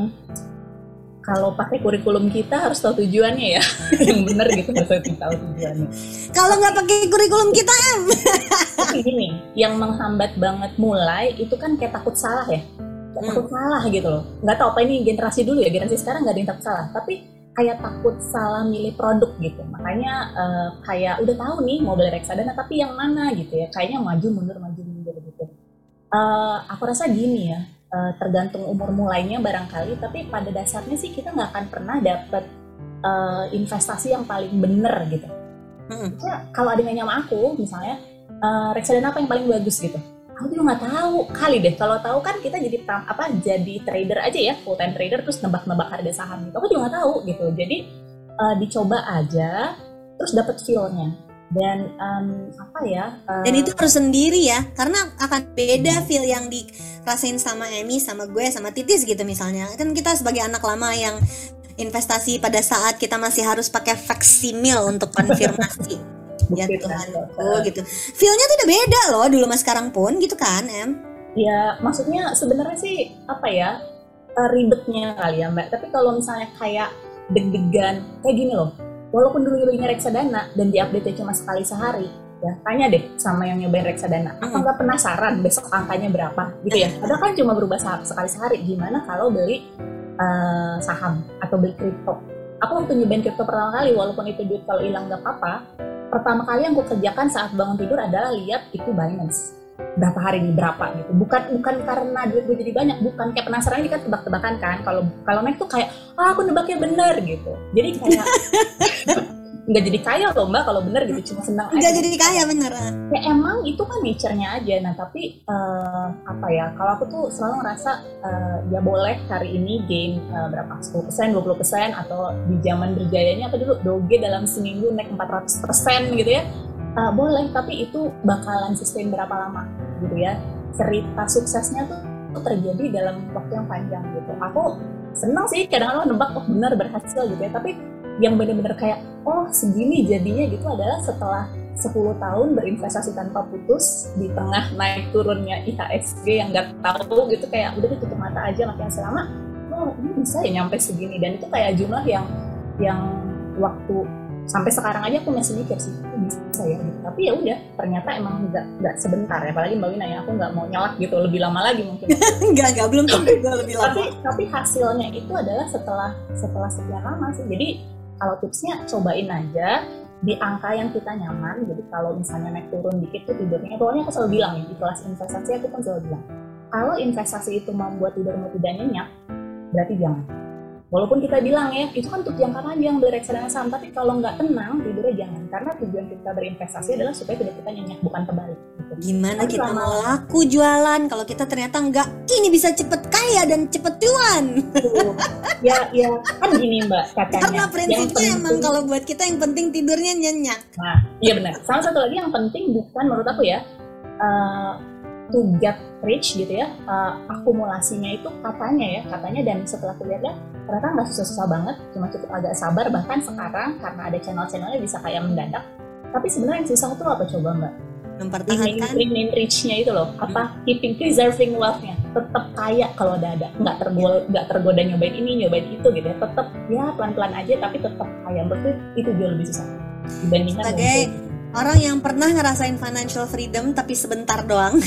kalau pakai kurikulum kita harus tahu tujuannya ya, yang benar gitu, harus tahu tujuannya. Kalau nggak pakai kurikulum kita Em? Tapi gini, yang menghambat banget mulai itu kan kayak takut salah ya. Gak takut hmm. salah gitu loh. Nggak tahu apa ini generasi dulu ya, generasi sekarang nggak ada yang takut salah, tapi kayak takut salah milih produk gitu. Makanya uh, kayak udah tahu nih mau beli reksadana tapi yang mana gitu ya, kayaknya maju mundur maju mundur gitu. Uh, aku rasa gini ya, uh, tergantung umur mulainya barangkali, tapi pada dasarnya sih kita nggak akan pernah dapet uh, investasi yang paling bener gitu. Hmm. Nah, kalau ada yang nanya sama aku misalnya, uh, reksadana apa yang paling bagus gitu, aku juga nggak tahu kali deh. Kalau tahu kan kita jadi apa jadi trader aja ya, full time trader terus nebak-nebak harga saham gitu. Aku juga nggak tahu gitu. Jadi uh, dicoba aja terus dapat feel-nya. Dan um, apa ya? Uh, Dan itu harus sendiri ya, karena akan beda feel yang dirasain sama Emi, sama gue, sama Titis gitu misalnya. Kan kita sebagai anak lama yang investasi pada saat kita masih harus pakai faksimil untuk konfirmasi. Ya Tuhan, oh gitu. Feel-nya tuh udah beda loh dulu mas sekarang pun gitu kan, Em? Ya maksudnya sebenarnya sih apa ya, ribetnya kali ya Mbak. Tapi kalau misalnya kayak deg-degan kayak gini loh, walaupun dulu nyobain reksadana dan diupdate cuma sekali sehari, ya tanya deh sama yang nyobain reksadana, apa nggak penasaran besok angkanya berapa gitu ya? Padahal kan cuma berubah sekali sehari. Gimana kalau beli uh, saham atau beli kripto? Aku waktu nyobain kripto pertama kali, walaupun itu duit kalau hilang nggak apa-apa, pertama kali yang aku kerjakan saat bangun tidur adalah lihat itu Binance berapa hari ini berapa gitu. Bukan bukan karena duit gue jadi banyak, bukan, kayak penasaran. Ini kan tebak-tebakan kan. Kalau kalau naik tuh kayak ah aku nebaknya bener gitu. Jadi kayak nggak jadi kaya loh Mbak kalau bener gitu, cuma senang aja. Nggak jadi kaya bener. Ya emang itu kan nature-nya aja. Nah tapi uh, apa ya? Kalau aku tuh selalu ngerasa uh, ya boleh hari ini gain uh, berapa sepuluh persen, dua puluh persen, atau di zaman berjayanya apa dulu Doge dalam seminggu naik empat ratus persen gitu ya. Uh, boleh, tapi itu bakalan sustain berapa lama gitu ya. Cerita suksesnya tuh, tuh terjadi dalam waktu yang panjang gitu. Aku senang sih kadang-kadang nebak oh benar berhasil gitu ya, tapi yang benar-benar kayak oh segini jadinya gitu adalah setelah sepuluh tahun berinvestasi tanpa putus di tengah naik turunnya I H S G yang nggak tahu gitu, kayak udah tutup mata aja makin selama oh ini bisa ya nyampe segini. Dan itu kayak jumlah yang yang waktu sampai sekarang aja aku masih mikir sih bisa ya gitu. Tapi ya udah ternyata emang nggak nggak sebentar ya, apalagi Mbak Wina ya, aku nggak mau nyelak gitu lebih lama lagi mungkin. nggak nggak belum tentu lebih lama. tapi tapi hasilnya itu adalah setelah setelah sekian lama sih. Jadi kalau tipsnya cobain aja di angka yang kita nyaman. Jadi kalau misalnya naik turun dikit tuh tidurnya, pokoknya aku selalu bilang ya di kelas investasi aku pun selalu bilang kalau investasi itu membuat tidurmu tidak nyenyak berarti jangan. Walaupun kita bilang ya itu kan untuk jangka panjang beli reksadana saham, tapi kalau nggak tenang tidurnya jangan, karena tujuan kita berinvestasi adalah supaya tidak kita nyenyak, bukan kebalik gitu. Gimana tapi kita mau laku jualan kalau kita ternyata nggak ini bisa cepet kaya dan cepet cuan? ya ya kan gini Mbak katanya. Karena prinsipnya penting, emang kalau buat kita yang penting tidurnya nyenyak. Nah iya benar. Salah satu lagi yang penting bukan menurut aku ya uh, to get rich gitu ya, uh, akumulasinya itu katanya ya katanya dan setelah aku lihat ya ternyata nggak susah-susah banget, cuma cukup agak sabar. Bahkan sekarang karena ada channel-channelnya bisa kayak mendadak. Tapi sebenarnya yang susah itu apa coba Mbak? Mempertahankan remain rich-nya itu loh, apa hmm. keeping preserving wealth-nya, tetap kaya kalau ada ada, nggak tergoda nggak tergoda nyobain ini nyobain itu gitu ya, tetap ya pelan-pelan aja tapi tetap kaya. Berarti itu jauh lebih susah dibandingkan sebagai orang yang pernah ngerasain financial freedom tapi sebentar doang.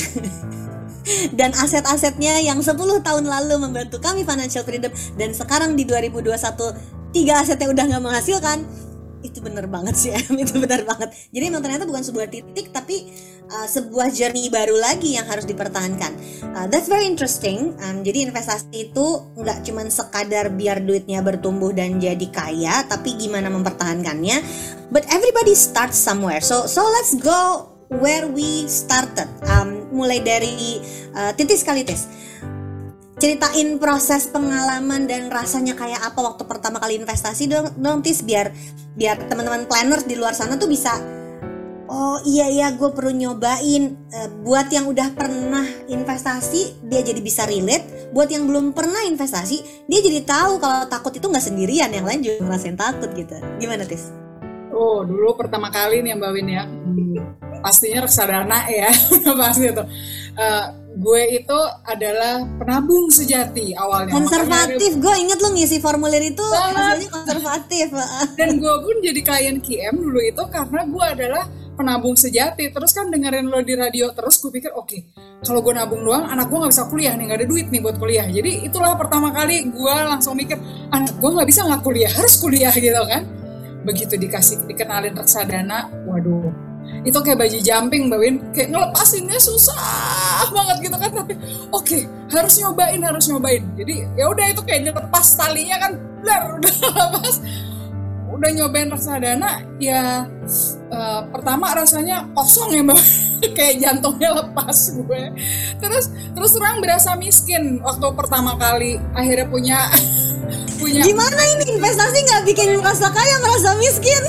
Dan aset-asetnya yang sepuluh tahun lalu membantu kami financial freedom dan sekarang di dua ribu dua puluh satu tiga asetnya udah gak menghasilkan. Itu bener banget sih Em, itu bener banget. Jadi memang ternyata bukan sebuah titik tapi uh, sebuah journey baru lagi yang harus dipertahankan. uh, That's very interesting. um, Jadi investasi itu gak cuma sekadar biar duitnya bertumbuh dan jadi kaya, tapi gimana mempertahankannya. But everybody starts somewhere. So so let's go where we started. um, Mulai dari uh, Titis kali Tis, ceritain proses pengalaman dan rasanya kayak apa waktu pertama kali investasi dong, dong Tis, biar biar teman-teman planners di luar sana tuh bisa oh iya iya gue perlu nyobain. Uh, buat yang udah pernah investasi dia jadi bisa relate, buat yang belum pernah investasi, dia jadi tahu kalau takut itu nggak sendirian, yang lain juga ngerasain takut gitu. Gimana Tis? Oh, dulu pertama kali nih Mbak Win ya, hmm, pastinya reksadana ya, pasti itu. Uh, gue itu adalah penabung sejati awalnya. Konservatif, gue inget lo ngisi formulir itu hasilnya konservatif. Dan gue pun jadi klien Q M dulu itu karena gue adalah penabung sejati. Terus kan dengerin lo di radio terus, gue pikir oke, okay, kalau gue nabung doang, anak gue nggak bisa kuliah nih, nggak ada duit nih buat kuliah. Jadi itulah pertama kali gue langsung mikir, anak gue nggak bisa nggak kuliah, harus kuliah gitu kan. Begitu dikasih dikenalin reksadana, waduh, itu kayak baju jumping Mbak Win, kayak ngelepasinnya susah banget gitu kan, tapi oke okay, harus nyobain harus nyobain. Jadi ya udah itu kayak lepas talinya kan, blar, udah lepas, udah nyobain reksadana ya. Uh, pertama rasanya kosong ya Mbak, kayak jantungnya lepas gue. Terus terus terang berasa miskin waktu pertama kali akhirnya punya punya. Gimana ini investasi nggak bikin merasa kaya, merasa miskin?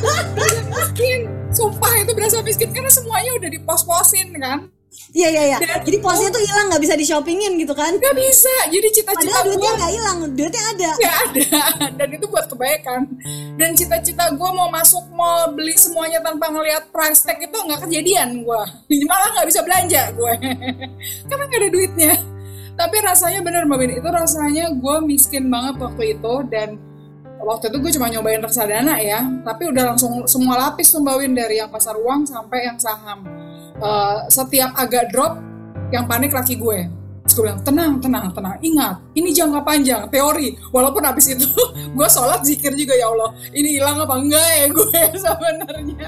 Miskin, sumpah itu berasa miskin karena semuanya udah dipos-posin kan. Iya iya iya. Jadi posnya tuh hilang, nggak bisa di shoppingin gitu kan? Nggak bisa. Jadi cita-cita padahal duitnya nggak hilang, duitnya ada. Nggak ada. Dan itu buat kebaikan. Dan cita-cita gue mau masuk mall beli semuanya tanpa ngelihat price tag itu nggak kejadian gue. Malah nggak bisa belanja gue karena nggak ada duitnya. Tapi rasanya bener Mbak Bin, itu rasanya gue miskin banget waktu itu. Dan waktu itu gue cuma nyobain reksadana ya, tapi udah langsung semua lapis tuh Mbak Win, dari yang pasar uang sampai yang saham. Uh, setiap agak drop, yang panik laki gue. Terus gue bilang, tenang, tenang, tenang, ingat, ini jangka panjang, teori. Walaupun abis itu gue sholat zikir juga, ya Allah, ini hilang apa enggak ya gue sebenarnya.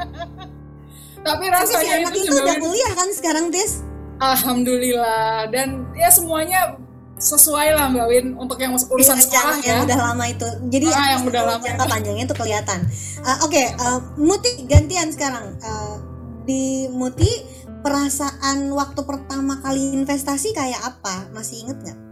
Tapi rasanya tapi si anak itu, itu udah kuliah kan sekarang Tis? Alhamdulillah, dan ya semuanya sesuai lah Mbak Win untuk yang urusan sekolah ya. Yang udah lama itu. Jadi ah, yang udah lama jangka panjangnya itu kelihatan. Uh, Oke, okay, uh, Muti gantian sekarang. Uh, di Muti, perasaan waktu pertama kali investasi kayak apa? Masih inget nggak?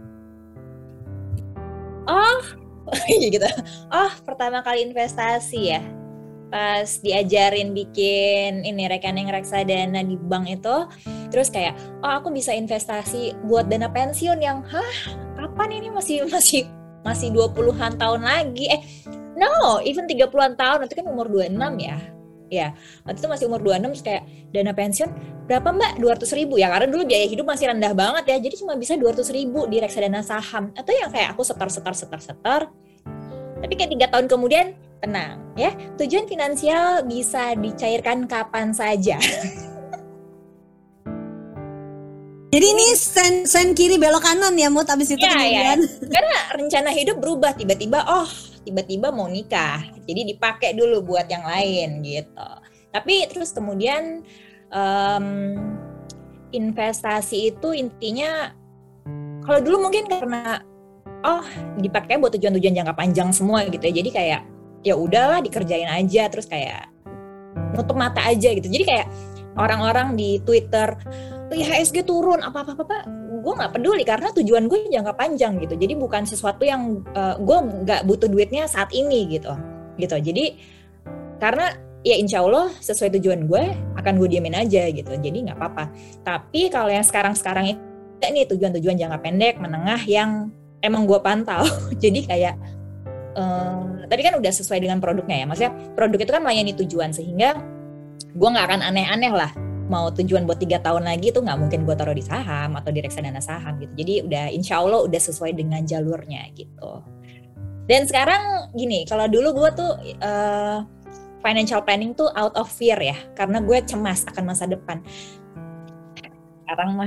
Oh, gitu. Oh, pertama kali investasi ya. Pas diajarin bikin ini rekening reksadana di bank itu, terus kayak, oh aku bisa investasi buat dana pensiun yang, hah, kapan ini masih masih masih dua puluhan tahun lagi? Eh, no, even tiga puluhan tahun, itu kan umur dua puluh enam ya. Ya, waktu itu masih umur dua puluh enam, terus kayak dana pensiun berapa Mbak? dua ratus ribu ya, karena dulu biaya hidup masih rendah banget ya, jadi cuma bisa dua ratus ribu di reksadana saham. Atau yang kayak aku setor, setor, setor, setor. Tapi kayak tiga tahun kemudian, tenang ya, tujuan finansial bisa dicairkan kapan saja. Jadi ini sen, sen kiri belok kanan ya Mut, abis itu ya, kemudian. Ya. Karena rencana hidup berubah tiba-tiba, oh tiba-tiba mau nikah, jadi dipakai dulu buat yang lain gitu. Tapi terus kemudian um, investasi itu intinya, kalau dulu mungkin karena oh dipakai buat tujuan-tujuan jangka panjang semua gitu ya, jadi kayak ya udahlah dikerjain aja, terus kayak nutup mata aja gitu. Jadi kayak orang-orang di Twitter, I H S G turun apa-apa-apa, gue nggak peduli karena tujuan gue jangka panjang gitu. Jadi bukan sesuatu yang uh, gue nggak butuh duitnya saat ini gitu, gitu. Jadi karena ya insya Allah sesuai tujuan gue akan gue diamin aja gitu. Jadi nggak apa-apa. Tapi kalau yang sekarang-sekarang ini tujuan-tujuan jangka pendek, menengah yang emang gue pantau. Jadi kayak uh, tadi kan udah sesuai dengan produknya ya. Maksudnya produk itu kan melayani tujuan, sehingga gue nggak akan aneh-aneh lah. Mau tujuan buat tiga tahun lagi tuh nggak mungkin gue taruh di saham atau di reksadana saham gitu. Jadi udah insya Allah udah sesuai dengan jalurnya gitu. Dan sekarang gini, kalau dulu gue tuh uh, financial planning tuh out of fear ya, karena gue cemas akan masa depan. Sekarang mah.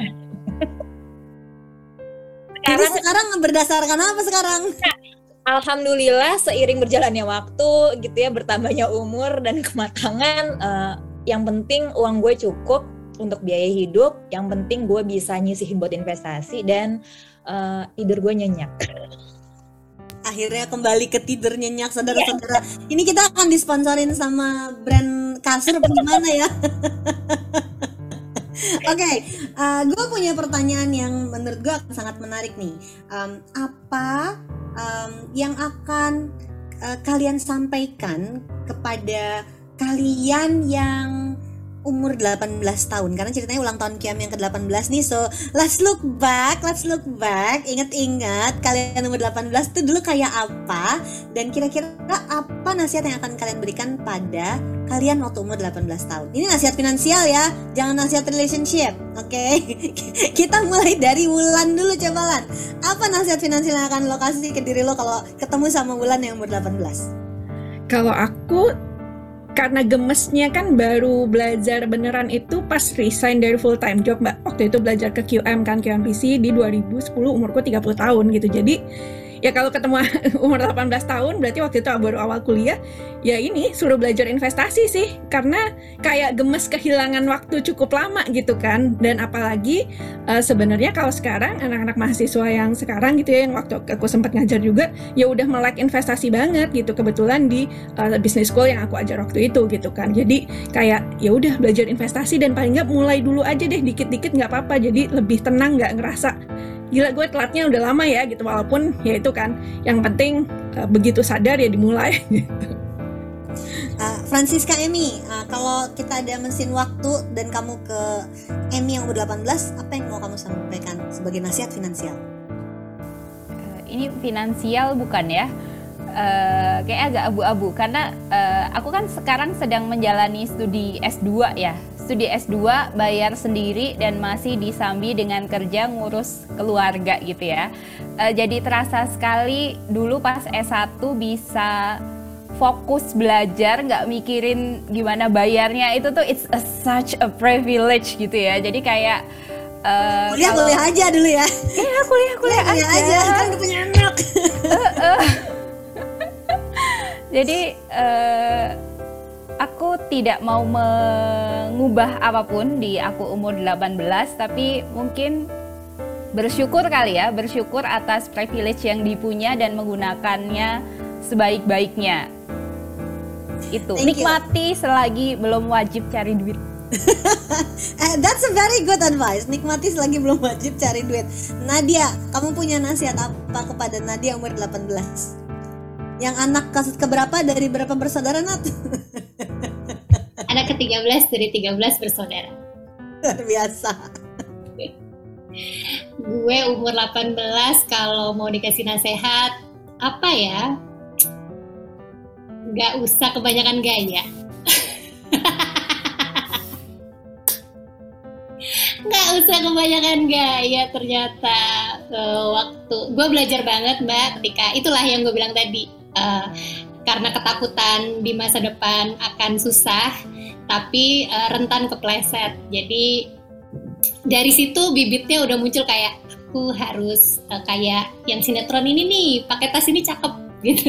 Jadi sekarang berdasarkan apa sekarang? Nah, alhamdulillah seiring berjalannya waktu gitu ya, bertambahnya umur dan kematangan, uh, yang penting uang gue cukup untuk biaya hidup, yang penting gue bisa nyisihin buat investasi, dan uh, tidur gue nyenyak. Akhirnya kembali ke tidur nyenyak, saudara-saudara. Yeah. Ini kita akan disponsorin sama brand kasur bagaimana ya? Oke, okay, uh, gue punya pertanyaan yang menurut gue sangat menarik nih. Um, apa um, yang akan uh, kalian sampaikan kepada kalian yang umur delapan belas tahun, karena ceritanya ulang tahun Q M yang ke delapan belas nih. So let's look back, let's look back. Ingat-ingat kalian umur delapan belas tuh dulu kayak apa, dan kira-kira apa nasihat yang akan kalian berikan pada kalian waktu umur delapan belas tahun. Ini nasihat finansial ya, jangan nasihat relationship. Oke, okay? Kita mulai dari Wulan dulu. Coba Lan, apa nasihat finansial yang akan lo kasih ke diri lo kalau ketemu sama Wulan yang umur delapan belas? Kalau aku, karena gemesnya kan baru belajar beneran itu pas resign dari full time job, Mbak. Waktu itu belajar ke Q M kan, Q M P C di dua ribu sepuluh, umurku tiga puluh tahun gitu. Jadi ya kalau ketemu umur delapan belas tahun berarti waktu itu baru awal kuliah, ya ini suruh belajar investasi sih, karena kayak gemes kehilangan waktu cukup lama gitu kan. Dan apalagi uh, sebenarnya kalau sekarang anak-anak mahasiswa yang sekarang gitu ya, yang waktu aku sempat ngajar juga, ya udah melek investasi banget gitu, kebetulan di uh, business school yang aku ajar waktu itu gitu kan. Jadi kayak ya udah belajar investasi, dan paling nggak mulai dulu aja deh, dikit-dikit nggak apa-apa, jadi lebih tenang, nggak ngerasa gila gue telatnya udah lama ya gitu. Walaupun ya itu kan, yang penting uh, begitu sadar ya dimulai gitu. Uh, Francisca Emi, uh, kalau kita ada mesin waktu dan kamu ke Emi yang umur delapan belas, apa yang mau kamu sampaikan sebagai nasihat finansial? Uh, ini finansial bukan ya? Uh, kayak agak abu-abu, karena uh, aku kan sekarang sedang menjalani studi S dua ya. Studi S dua bayar sendiri dan masih disambi dengan kerja ngurus keluarga gitu ya. Uh, jadi terasa sekali dulu pas S satu bisa fokus belajar, nggak mikirin gimana bayarnya, itu tuh it's a, such a privilege gitu ya. Jadi kayak uh, kuliah kalau, kuliah aja dulu ya. Iya kuliah kuliah, kuliah aja. aja kan udah punya anak. uh, uh. Jadi uh, aku tidak mau mengubah apapun di aku umur delapan belas, tapi mungkin bersyukur kali ya, bersyukur atas privilege yang dipunya dan menggunakannya sebaik-baiknya. Itu, Thank nikmati you. Selagi belum wajib cari duit. That's a very good advice. Nikmati selagi belum wajib cari duit. Nadia, kamu punya nasihat apa kepada Nadia umur delapan belas? Yang anak kasus keberapa dari berapa bersaudara, Nat? Anak ke tiga belas dari tiga belas bersaudara. Luar biasa. Gue umur delapan belas, kalau mau dikasih nasihat, apa ya? Gak usah kebanyakan gaya. Gak usah kebanyakan gaya ternyata. uh, Waktu gue belajar banget Mbak, ketika itulah yang gue bilang tadi, uh, karena ketakutan di masa depan akan susah, tapi uh, rentan kepleset. Jadi dari situ bibitnya udah muncul, kayak aku harus uh, kayak yang sinetron ini nih, pakai tas ini cakep gitu.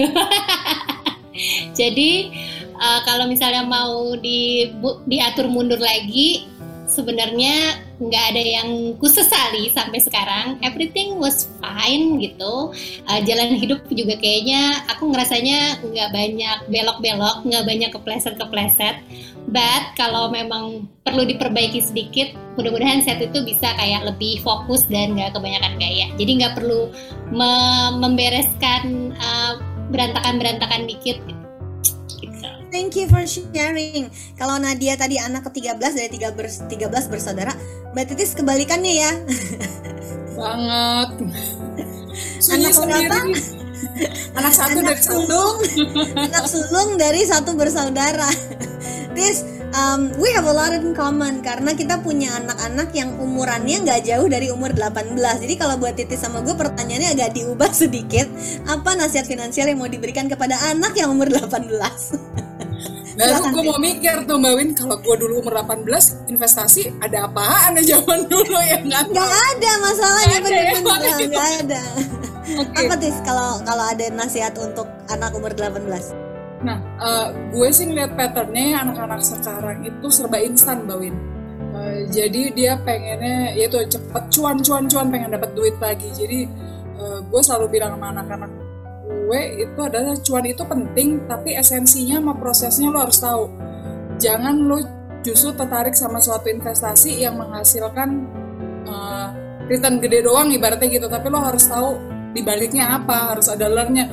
Jadi uh, kalau misalnya mau di, bu, diatur mundur lagi, sebenarnya nggak ada yang kusesali sampai sekarang. Everything was fine gitu. Uh, jalan hidup juga kayaknya aku ngerasanya nggak banyak belok-belok, nggak banyak kepleset-kepleset. But kalau memang perlu diperbaiki sedikit, mudah-mudahan saat itu bisa kayak lebih fokus dan nggak kebanyakan gaya. Jadi nggak perlu me- membereskan uh, berantakan-berantakan dikit gitu. Thank you for sharing. Kalau Nadia tadi anak ke tiga belas dari tiga belas bersaudara, Mbak Titis kebalikannya ya. Banget. Anak berapa? Anak satu anak dari sulung, anak sulung dari satu bersaudara. Tis, um, we have a lot in common karena kita punya anak-anak yang umurannya nggak jauh dari umur delapan belas. Jadi kalau buat Titis sama gue, pertanyaannya agak diubah sedikit. Apa nasihat finansial yang mau diberikan kepada anak yang umur delapan belas? Baru gue mau mikir tuh Mbak Win, kalau gue dulu umur delapan belas investasi ada apaan ya zaman dulu ya? Nggak ada masalahnya, bener-bener nggak ada. Okay. Apa Tis kalau kalau ada nasihat untuk anak umur delapan belas? Nah, uh, gue sih ngeliat patternnya anak-anak sekarang itu serba instan Mbak Win. Uh, jadi dia pengennya yaitu cepet cuan-cuan-cuan, pengen dapat duit lagi. Jadi uh, gue selalu bilang sama anak-anak gue itu adalah cuan itu penting, tapi esensinya sama prosesnya lo harus tahu. Jangan lo justru tertarik sama suatu investasi yang menghasilkan uh, return gede doang ibaratnya gitu, tapi lo harus tahu dibaliknya apa, harus ada learn-nya.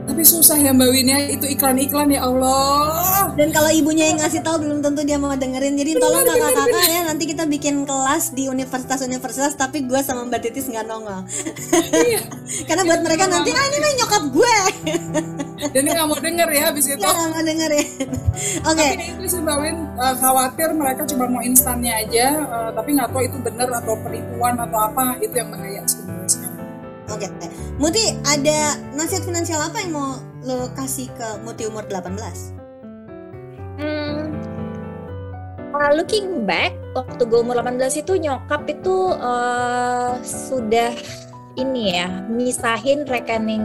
Tapi susah ya Mbak Win ya, itu iklan-iklan ya Allah. Dan kalau ibunya yang ngasih tahu belum tentu dia mau dengerin. Jadi tolong kakak-kakak ya, nanti kita bikin kelas di universitas-universitas tapi gue sama Mbak Titis nggak nongol. Karena buat mereka nanti, ah ini mah nyokap gue. Dan dia nggak mau denger ya habis itu. Nggak mau denger ya. Oke. Okay. Tapi itu sih Mbak Win, uh, khawatir mereka cuma mau instannya aja, uh, tapi nggak tahu itu benar atau penipuan atau apa, itu yang bahaya sebenarnya sekarang. Oke, okay. Muti, ada nasihat finansial apa yang mau lo kasih ke Muti umur delapan belas? Hmm, uh, looking back, waktu gue umur delapan belas itu nyokap itu uh, sudah ini ya, misahin rekening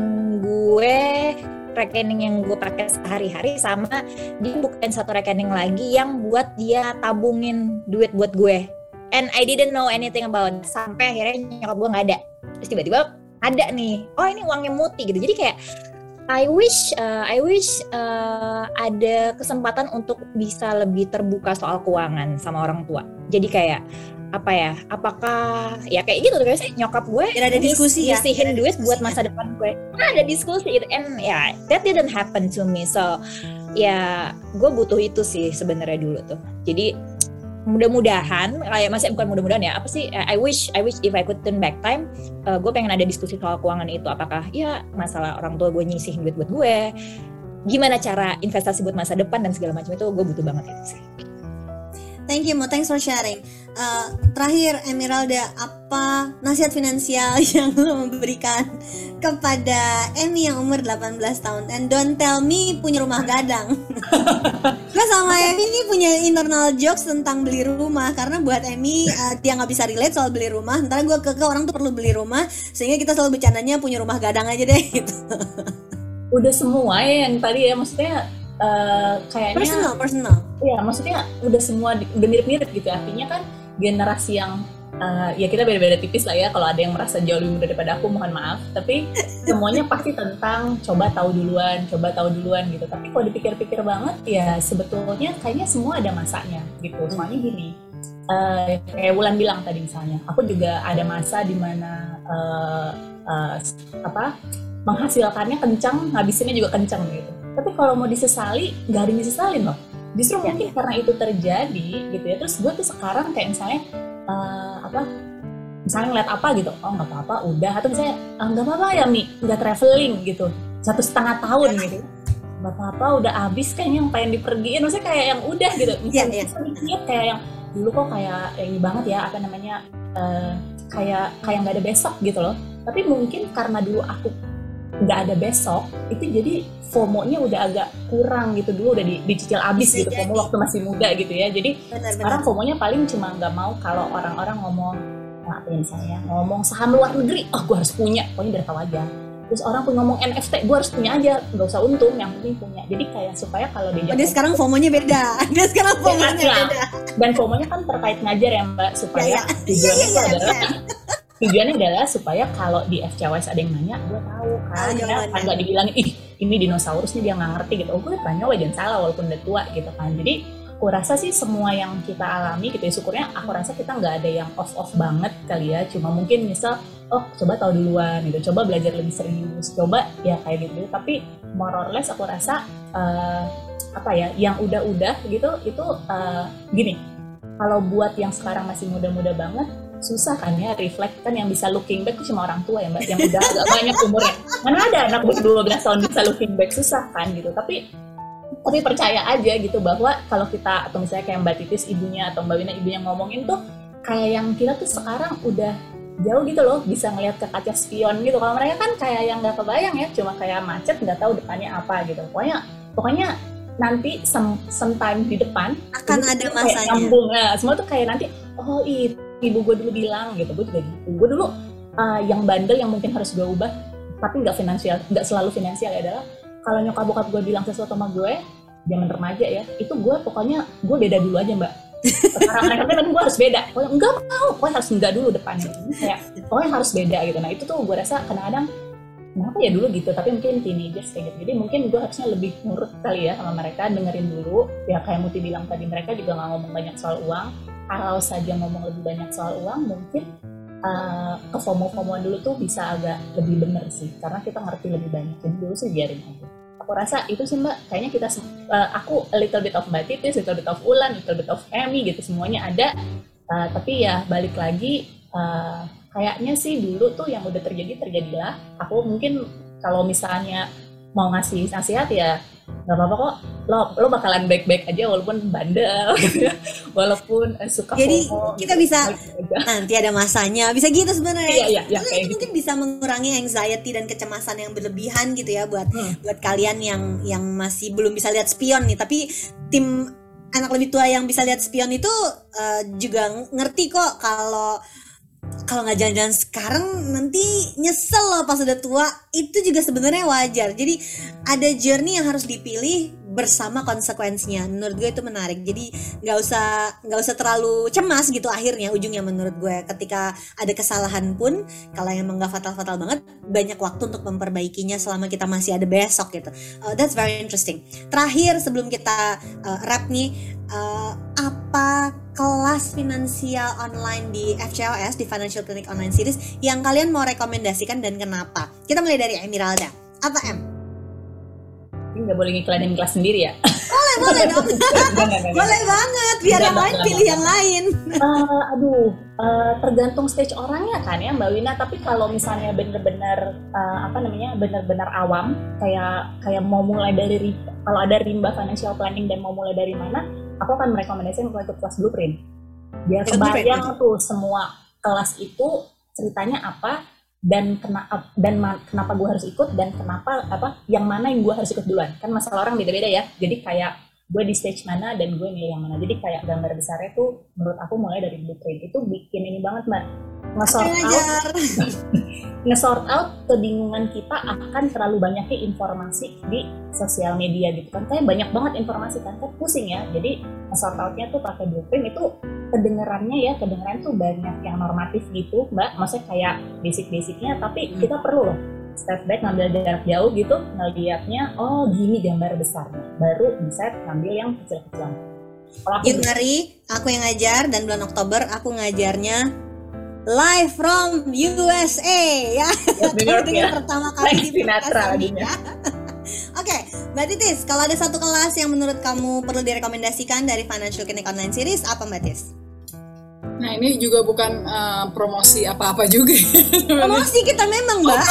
gue, rekening yang gue pakai sehari-hari sama dia bukain satu rekening lagi yang buat dia tabungin duit buat gue. And I didn't know anything about it. Sampai akhirnya nyokap gue nggak ada. Terus tiba-tiba ada nih, oh ini uangnya Muti gitu. Jadi kayak I wish, uh, I wish uh, ada kesempatan untuk bisa lebih terbuka soal keuangan sama orang tua. Jadi kayak apa ya? Apakah ya kayak gitu terus nyokap gue Kira ada diskusi ya, ngisihin duit buat ya. masa depan gue. Nah, ada diskusi itu, and ya yeah, that didn't happen to me. So ya gue butuh itu sih sebenarnya dulu tuh. Jadi mudah-mudahan kayak masih bukan mudah-mudahan ya apa sih I wish I wish if I could turn back time uh, gue pengen ada diskusi soal keuangan itu, apakah ya masalah orang tua gue nyisihin duit buat gue, gimana cara investasi buat masa depan dan segala macam itu gue butuh banget itu sih. Thank you Mo, thanks for sharing. Uh, terakhir Emeralda, apa nasihat finansial yang lo memberikan kepada Emi yang umur delapan belas tahun? And don't tell me punya rumah gadang. Gue sama Emi ini punya internal jokes tentang beli rumah, karena buat Emi uh, dia nggak bisa relate soal beli rumah. Ntar gue ke orang tuh perlu beli rumah, sehingga kita selalu bercandanya punya rumah gadang aja deh gitu. Udah semua ya yang tadi ya, maksudnya uh, kayaknya personal personal. Iya, maksudnya udah semua udah mirip-mirip gitu. Artinya kan generasi yang uh, ya kita beda-beda tipis lah ya. Kalau ada yang merasa jauh lebih muda daripada aku, mohon maaf. Tapi semuanya pasti tentang coba tahu duluan, coba tahu duluan gitu. Tapi kalau dipikir-pikir banget ya sebetulnya kayaknya semua ada masanya gitu. Soalnya gini, uh, kayak Wulan bilang tadi misalnya, aku juga ada masa di mana uh, uh, apa menghasilkannya kencang, ngabisinnya juga kencang gitu. Tapi kalau mau disesali, nggak ada yang disesalin loh. Justru ya, mungkin ya. Karena itu terjadi gitu ya. Terus gue tuh sekarang kayak misalnya uh, apa misalnya ngeliat apa gitu, oh nggak apa-apa udah, atau misalnya nggak apa-apa ya Mi udah traveling gitu satu setengah tahun gitu, nggak apa-apa udah habis kayaknya yang pengen dipergiin, maksudnya kayak yang udah gitu. Misalnya ya, ya. Sedikit kayak yang dulu kok kayak ini banget ya apa namanya uh, kayak kayak nggak ada besok gitu loh. Tapi mungkin karena dulu aku nggak ada besok, itu jadi FOMO-nya udah agak kurang gitu. Dulu udah di, dicicil abis gitu FOMO waktu masih muda gitu ya. Jadi benar, sekarang benar. FOMO-nya paling cuma nggak mau kalau orang-orang ngomong apa ya misalnya ngomong saham luar negeri, oh gue harus punya, pokoknya biar tahu aja. Terus orang pun ngomong N F T, gue harus punya aja, nggak usah untung, yang penting punya. Jadi kayak supaya kalau dia oh, dia sekarang FOMO-nya beda, dia sekarang FOMO-nya ya, beda. Dan FOMO-nya kan terkait ngajar ya Mbak, supaya ya, ya. tujuannya ya, ya, ya, adalah ya. tujuannya adalah supaya kalau di F C W S ada yang nanya, gue tahu kan, ya, kan nggak dibilangin, ih ini dinosaurus nih dia nggak ngerti gitu. Oh gue tanya lo jangan salah walaupun udah tua gitu kan. Jadi aku rasa sih semua yang kita alami gitu ya, syukurnya aku rasa kita nggak ada yang off-off banget kali ya. Cuma mungkin misal, oh coba tahu duluan gitu, coba belajar lebih serius, coba ya kayak gitu. Tapi more or less aku rasa uh, apa ya, yang udah-udah gitu itu uh, gini. Kalau buat yang sekarang masih muda-muda banget, susah kan ya reflect, kan yang bisa looking back itu cuma orang tua ya Mbak, yang udah agak banyak umurnya. Mana ada anak dua belas tahun bisa looking back, susah kan gitu. Tapi tapi percaya aja gitu bahwa kalau kita, atau misalnya kayak Mbak Titis ibunya atau Mbak Wina ibunya ngomongin tuh, kayak yang kita tuh sekarang udah jauh gitu loh, bisa ngelihat ke kaca spion gitu. Kalau mereka kan kayak yang nggak kebayang ya, cuma kayak macet nggak tahu depannya apa gitu. Pokoknya pokoknya nanti some, sometime di depan akan ada masanya. Nyambung, nah, semua tuh kayak nanti oh itu ibu gue dulu bilang gitu, gue juga gitu. Gue dulu uh, yang bandel yang mungkin harus gue ubah, tapi nggak finansial, nggak selalu finansial adalah kalau nyokap bokap gue bilang sesuatu sama gue zaman remaja ya, itu gue pokoknya gue beda dulu aja Mbak. Sekarang mereka bilang gue harus beda, pokoknya enggak mau, pokoknya harus enggak dulu depannya, kayak pokoknya harus beda gitu. Nah itu tuh gue rasa kadang-kadang kenapa ya dulu gitu, tapi mungkin teenagers kayak gitu. Jadi mungkin gue harusnya lebih nurut kali ya sama mereka, dengerin dulu. Ya kayak Muti bilang tadi, mereka juga nggak ngomong banyak soal uang. Kalau saja ngomong lebih banyak soal uang, mungkin uh, ke FOMO-FOMOan dulu tuh bisa agak lebih bener sih, karena kita ngerti lebih banyak. Jadi dulu sih biarin aja. Aku rasa itu sih Mbak, kayaknya kita, uh, aku a little bit of Mbak Titis, a little bit of Ulan, a little bit of Emi gitu, semuanya ada. Uh, tapi ya balik lagi, uh, kayaknya sih dulu tuh yang udah terjadi, terjadilah. Aku mungkin kalau misalnya mau ngasih nasihat ya nggak apa-apa kok, lo lo bakalan baik-baik aja walaupun bandel walaupun eh, suka jadi FOMO, kita gitu. bisa nanti ada masanya bisa gitu sebenarnya. Iya, iya, iya, itu gitu. Mungkin bisa mengurangi anxiety dan kecemasan yang berlebihan gitu ya buat hmm. buat kalian yang yang masih belum bisa lihat spion nih, tapi tim anak lebih tua yang bisa lihat spion itu uh, juga ngerti kok kalau kalau nggak jalan-jalan sekarang nanti nyesel loh pas udah tua. Itu juga sebenarnya wajar. Jadi ada journey yang harus dipilih bersama konsekuensinya. Menurut gue itu menarik. Jadi nggak usah nggak usah terlalu cemas gitu akhirnya ujungnya menurut gue. Ketika ada kesalahan pun kalau emang nggak fatal-fatal banget, banyak waktu untuk memperbaikinya selama kita masih ada besok gitu. Uh, that's very interesting. Terakhir sebelum kita uh, wrap nih, uh, apa kelas finansial online di F C O S, di Financial Clinic Online Series yang kalian mau rekomendasikan dan kenapa? Kita mulai dari Emiralda. Apa M? Ini nggak boleh ngiklanin kelas sendiri ya? Boleh, boleh dong. Boleh banget, biar yang lain pilih yang lain. Uh, aduh, uh, tergantung stage orangnya kan ya Mbak Wina. Tapi kalau misalnya benar-benar uh, apa namanya, benar-benar awam, kayak kayak mau mulai dari kalau ada rimba financial planning dan mau mulai dari mana, aku akan merekomendasikan untuk ikut kelas Blueprint. Biar kebayang tuh semua kelas itu ceritanya apa dan kenapa dan ma- kenapa gue harus ikut dan kenapa apa yang mana yang gue harus ikut duluan. Kan masalah orang beda-beda ya. Jadi kayak gue di stage mana dan gue milih yang mana. Jadi kayak gambar besarnya tuh menurut aku mulai dari Blueprint itu bikin ini banget Mbak. Nge-sort out nge-sort out kebingungan kita akan terlalu banyaknya informasi di sosial media gitu kan. Kayak banyak banget informasi kan, kan pusing ya. Jadi nge-sort outnya tuh pakai Blueprint itu kedengerannya ya, kedengeran tuh banyak yang normatif gitu Mbak. Maksudnya kayak basic-basicnya, tapi kita perlu loh step back, ngambil jarak jauh gitu, ngeliatnya oh gini gambar besarnya, baru bisa ngambil yang kecil-kecilan. Yuk mari, aku yang ngajar dan bulan Oktober aku ngajarnya live from U S A ya. Yes, itu yang pertama kali di Sinatra lagi ya. Oke, okay, Mbak Titis, kalau ada satu kelas yang menurut kamu perlu direkomendasikan dari Financial Clinic Online Series, apa Mbak Titis? Nah ini juga bukan uh, promosi apa-apa juga. Promosi kita memang Mbak.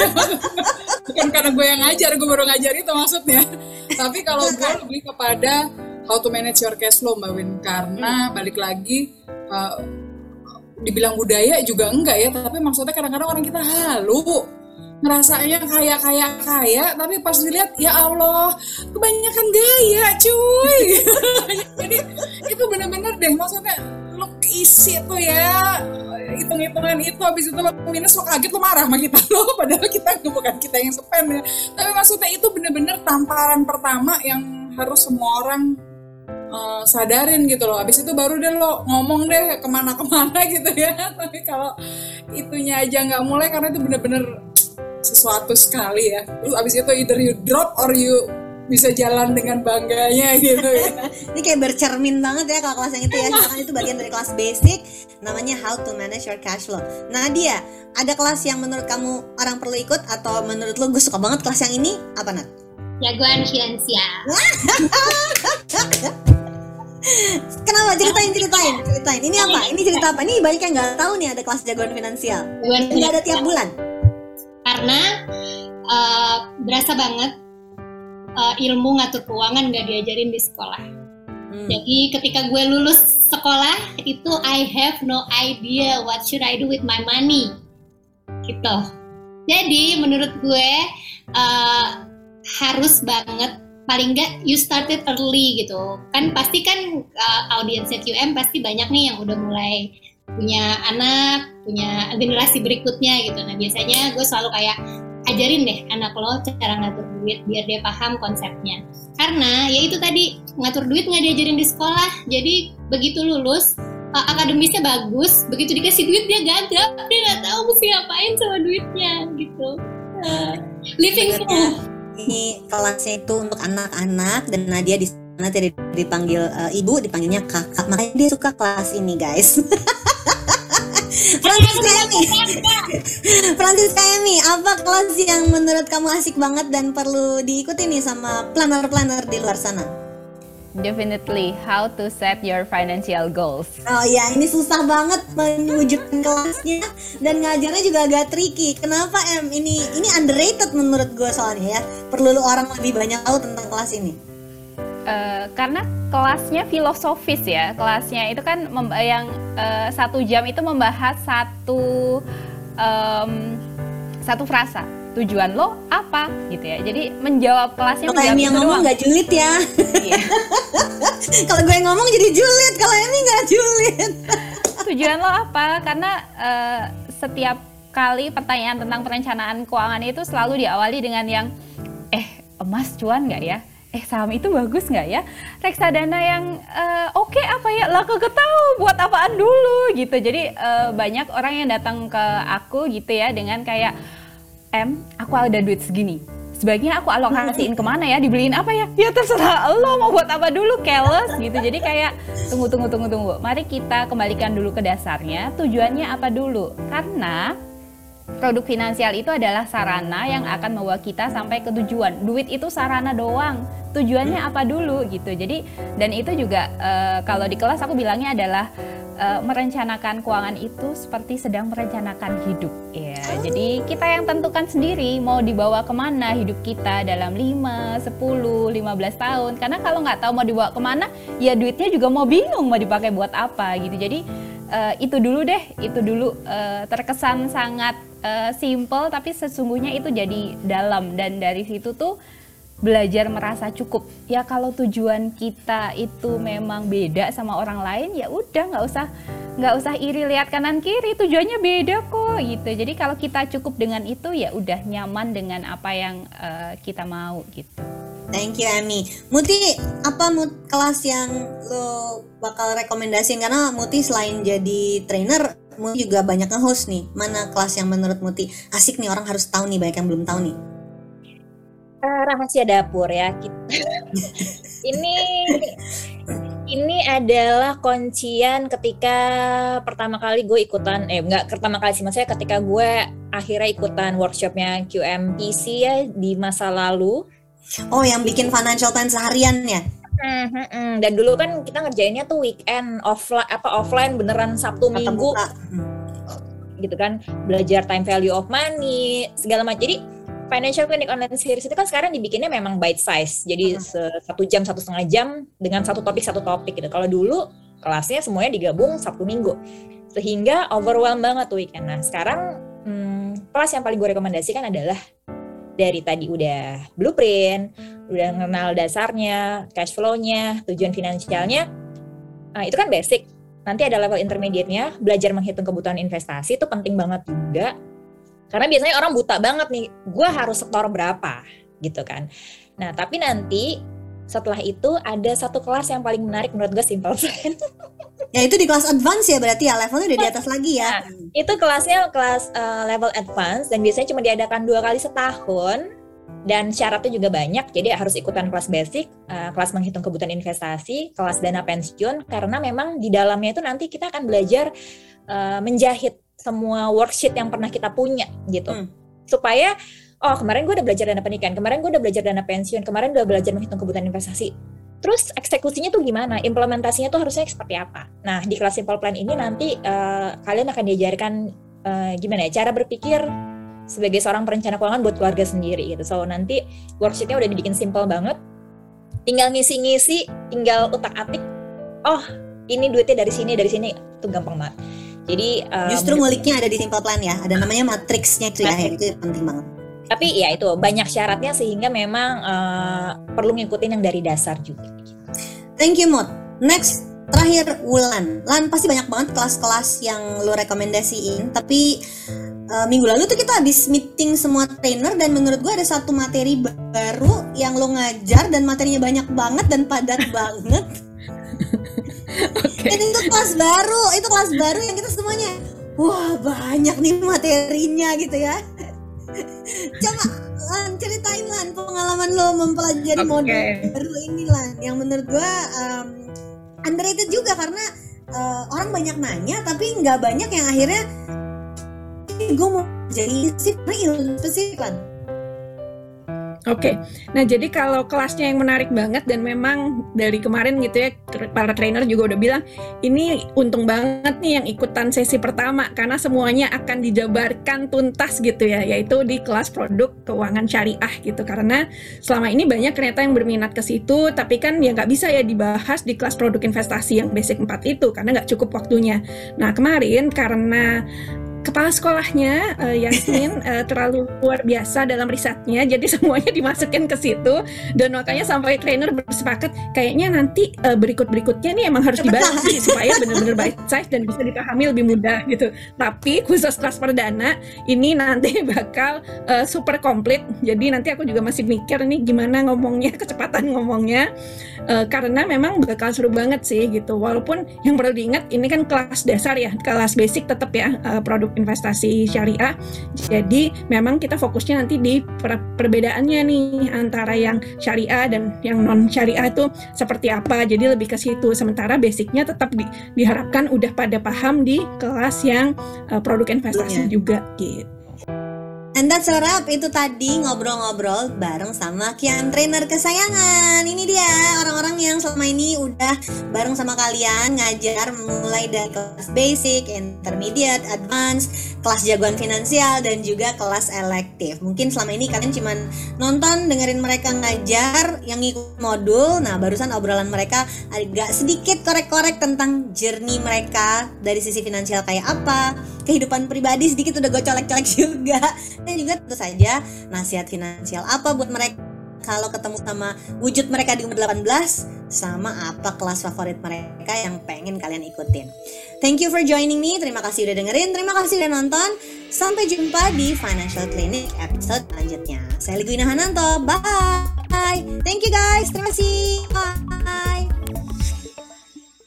Bukan karena gue yang ngajar, gue baru ngajar itu maksudnya. Tapi kalau gue lebih kepada how to manage your cash flow Mbak Win. Karena balik lagi, uh, dibilang budaya juga enggak ya. Tapi maksudnya kadang-kadang orang kita halu. Ngerasanya kaya-kaya-kaya, tapi pas dilihat, ya Allah, kebanyakan gaya cuy. Jadi itu benar-benar deh, maksudnya lo isi tuh ya, hitung-hitungan itu, habis itu lo minus, lo kaget, lo marah sama kita lo, padahal kita bukan kita yang spend ya. Tapi maksudnya itu benar-benar tamparan pertama yang harus semua orang uh, sadarin gitu loh. Habis itu baru deh lo ngomong deh kemana-kemana gitu ya. Tapi kalau itunya aja nggak mulai, karena itu benar-benar sesuatu sekali ya. Terus abis itu either you drop or you bisa jalan dengan bangganya gitu ya. Ini kayak bercermin banget ya kalau kelas yang itu ya. Karena itu bagian dari kelas basic, namanya how to manage your cash flow. Nah Nadia, ada kelas yang menurut kamu orang perlu ikut atau menurut lo gue suka banget kelas yang ini, apa Nat? Jagoan finansial. Kenapa? Ceritain, ceritain, ceritain. Ini apa? Ini cerita apa? Ini banyak yang nggak tahu nih ada kelas jagoan finansial. Nggak ada tiap bulan. Karena uh, berasa banget uh, ilmu ngatur keuangan gak diajarin di sekolah. Hmm. Jadi ketika gue lulus sekolah itu I have no idea what should I do with my money, gitu. Jadi menurut gue uh, harus banget, paling nggak you started early gitu. Kan pasti kan uh, audiensnya Q M pasti banyak nih yang udah mulai punya anak, punya generasi berikutnya gitu. Nah biasanya gue selalu kayak ajarin deh anak lo cara ngatur duit biar dia paham konsepnya. Karena ya itu tadi, ngatur duit nggak diajarin di sekolah. Jadi begitu lulus uh, akademisnya bagus, begitu dikasih duit dia gagap, dia nggak tahu mesti ngapain sama duitnya gitu. Uh, living full. Ini kelasnya itu untuk anak-anak dan Nadia di sana tidak dipanggil uh, ibu, dipanggilnya kakak. Makanya dia suka kelas ini guys. Francisca Emi. Francisca Emi, apa kelas yang menurut kamu asik banget dan perlu diikuti nih sama planner-planner di luar sana? Definitely how to set your financial goals. Oh ya, ini susah banget mewujudkan kelasnya dan ngajarnya juga agak tricky. Kenapa Em? Ini ini underrated menurut gue soalnya ya. Perlu orang lebih banyak tahu tentang kelas ini. Uh, karena kelasnya filosofis ya. Kelasnya itu kan memba- yang uh, satu jam itu membahas satu um, satu frasa. Tujuan lo apa gitu ya. Jadi menjawab kelasnya kalau Emi yang ngomong nggak julid ya. Iya. Kalau gue yang ngomong jadi julid, kalau Emi nggak julid. Tujuan lo apa? Karena uh, setiap kali pertanyaan tentang perencanaan keuangan itu selalu diawali dengan yang eh emas cuan nggak ya? Eh saham itu bagus nggak ya? Reksadana yang uh, oke okay apa ya? Lah kagak tahu buat apaan dulu gitu. Jadi uh, banyak orang yang datang ke aku gitu ya dengan kayak Em, aku ada duit segini. Sebaiknya aku alokasiin kemana ya? Dibeliin apa ya? Ya terserah lo mau buat apa dulu, keles gitu. Jadi kayak tunggu tunggu tunggu tunggu. Mari kita kembalikan dulu ke dasarnya. Tujuannya apa dulu? Karena produk finansial itu adalah sarana yang akan membawa kita sampai ke tujuan. Duit itu sarana doang. Tujuannya apa dulu gitu. Jadi dan itu juga uh, kalau di kelas aku bilangnya adalah uh, merencanakan keuangan itu seperti sedang merencanakan hidup. Ya, jadi kita yang tentukan sendiri mau dibawa kemana hidup kita dalam lima, sepuluh, lima belas tahun. Karena kalau nggak tahu mau dibawa kemana, ya duitnya juga mau bingung mau dipakai buat apa gitu. Jadi uh, itu dulu deh, itu dulu uh, terkesan sangat uh, simple tapi sesungguhnya itu jadi dalam dan dari situ tuh belajar merasa cukup. Ya kalau tujuan kita itu memang beda sama orang lain, ya udah nggak usah nggak usah iri lihat kanan kiri, tujuannya beda kok gitu. Jadi kalau kita cukup dengan itu ya udah nyaman dengan apa yang uh, kita mau gitu. Thank you Emi. Muti, apa Mut, kelas yang lo bakal rekomendasiin? Karena Muti selain jadi trainer, Muti juga banyak nge-host nih. Mana kelas yang menurut Muti asik nih, orang harus tahu nih, banyak yang belum tahu nih? Rahasia dapur ya kita. ini ini adalah kuncian ketika pertama kali gue ikutan eh enggak pertama kali sih maksudnya ketika gue akhirnya ikutan workshopnya Q M P C ya di masa lalu. Oh, yang bikin financial plan seharian ya? Hmm, hmm, hmm. Dan dulu kan kita ngerjainnya tuh weekend offline apa offline beneran Sabtu Kata Minggu buka. gitu kan, belajar time value of money segala macam. Jadi Financial Clinic Online Series itu kan sekarang dibikinnya memang bite size, jadi uh-huh. satu jam, satu setengah jam dengan satu topik, satu topik gitu. Kalau dulu kelasnya semuanya digabung Sabtu Minggu, sehingga overwhelm banget tuh weekend. Nah sekarang hmm, kelas yang paling gue rekomendasikan adalah dari tadi udah blueprint, udah kenal dasarnya, cash flow-nya, tujuan finansialnya, nah, itu kan basic. Nanti ada level intermediate-nya, belajar menghitung kebutuhan investasi, itu penting banget juga. Karena biasanya orang buta banget nih, gue harus setor berapa gitu kan. Nah tapi nanti setelah itu ada satu kelas yang paling menarik menurut gue, simple plan. Ya itu di kelas advance ya berarti ya, levelnya udah di atas lagi ya. Nah, itu kelasnya kelas uh, level advance dan biasanya cuma diadakan dua kali setahun dan syaratnya juga banyak. Jadi harus ikutan kelas basic, uh, kelas menghitung kebutuhan investasi, kelas dana pensiun, karena memang di dalamnya itu nanti kita akan belajar uh, menjahit semua worksheet yang pernah kita punya gitu, hmm. supaya oh kemarin gue udah belajar dana pernikahan, kemarin gue udah belajar dana pensiun, kemarin udah belajar menghitung kebutuhan investasi, terus eksekusinya tuh gimana, implementasinya tuh harusnya seperti apa. Nah di kelas simple plan ini nanti uh, kalian akan diajarkan uh, gimana ya cara berpikir sebagai seorang perencana keuangan buat keluarga sendiri gitu. So nanti worksheetnya udah dibikin simple banget, tinggal ngisi-ngisi, tinggal utak-atik, oh ini duitnya dari sini dari sini, itu gampang banget. Jadi um, justru nguliknya ada di simple plan ya, ada namanya matriksnya itu ya, itu penting banget. Tapi ya itu banyak syaratnya sehingga memang uh, perlu ngikutin yang dari dasar juga. Thank you Mut. Next, terakhir Wulan. Lan pasti banyak banget kelas-kelas yang lo rekomendasiin, tapi uh, minggu lalu tuh kita habis meeting semua trainer dan menurut gue ada satu materi baru yang lo ngajar dan materinya banyak banget dan padat banget. Okay. Dan itu kelas baru, itu kelas baru yang kita semuanya, wah banyak nih materinya gitu ya. Coba Lan, ceritain Lan pengalaman lo mempelajari okay. model baru ini Lan, yang menurut gue um, underrated juga karena uh, orang banyak nanya tapi nggak banyak yang akhirnya gue mau jadi spesifik, ilmu spesifik kan. Oke, okay. Nah jadi kalau kelasnya yang menarik banget dan memang dari kemarin gitu ya para trainer juga udah bilang ini untung banget nih yang ikutan sesi pertama karena semuanya akan dijabarkan tuntas gitu ya, yaitu di kelas produk keuangan syariah gitu, karena selama ini banyak ternyata yang berminat ke situ tapi kan ya nggak bisa ya dibahas di kelas produk investasi yang basic empat itu karena nggak cukup waktunya. Nah kemarin karena kepala sekolahnya uh, Yasmin uh, terlalu luar biasa dalam risetnya, jadi semuanya dimasukin ke situ dan makanya sampai trainer bersepakat kayaknya nanti uh, berikut-berikutnya nih emang harus dibagi supaya benar-benar bite size dan bisa dipahami lebih mudah gitu. Tapi khusus kelas perdana ini nanti bakal uh, super komplit, jadi nanti aku juga masih mikir nih gimana ngomongnya, kecepatan ngomongnya uh, karena memang bakal seru banget sih gitu. Walaupun yang perlu diingat ini kan kelas dasar ya, kelas basic tetap ya uh, produk investasi syariah. Jadi memang kita fokusnya nanti di per- perbedaannya nih antara yang syariah dan yang non syariah itu seperti apa. Jadi lebih ke situ. Sementara basicnya tetap di, diharapkan udah pada paham di kelas yang uh, produk investasi yeah. juga gitu. And that's a wrap, itu tadi ngobrol-ngobrol bareng sama Kian trainer kesayangan. Ini dia orang-orang yang selama ini udah bareng sama kalian ngajar mulai dari kelas basic, intermediate, advance, kelas jagoan finansial dan juga kelas elektif. Mungkin selama ini kalian cuman nonton dengerin mereka ngajar yang ngikut modul. Nah barusan obrolan mereka agak sedikit korek-korek tentang journey mereka dari sisi finansial kayak apa, kehidupan pribadi sedikit udah gue colek-colek juga. Dan juga tentu saja nasihat finansial apa buat mereka kalau ketemu sama wujud mereka di umur delapan belas, sama apa kelas favorit mereka yang pengen kalian ikutin. Thank you for joining me, terima kasih udah dengerin, terima kasih udah nonton. Sampai jumpa di Financial Clinic episode selanjutnya. Saya Ligwina Hananto, bye. Thank you guys, terima kasih.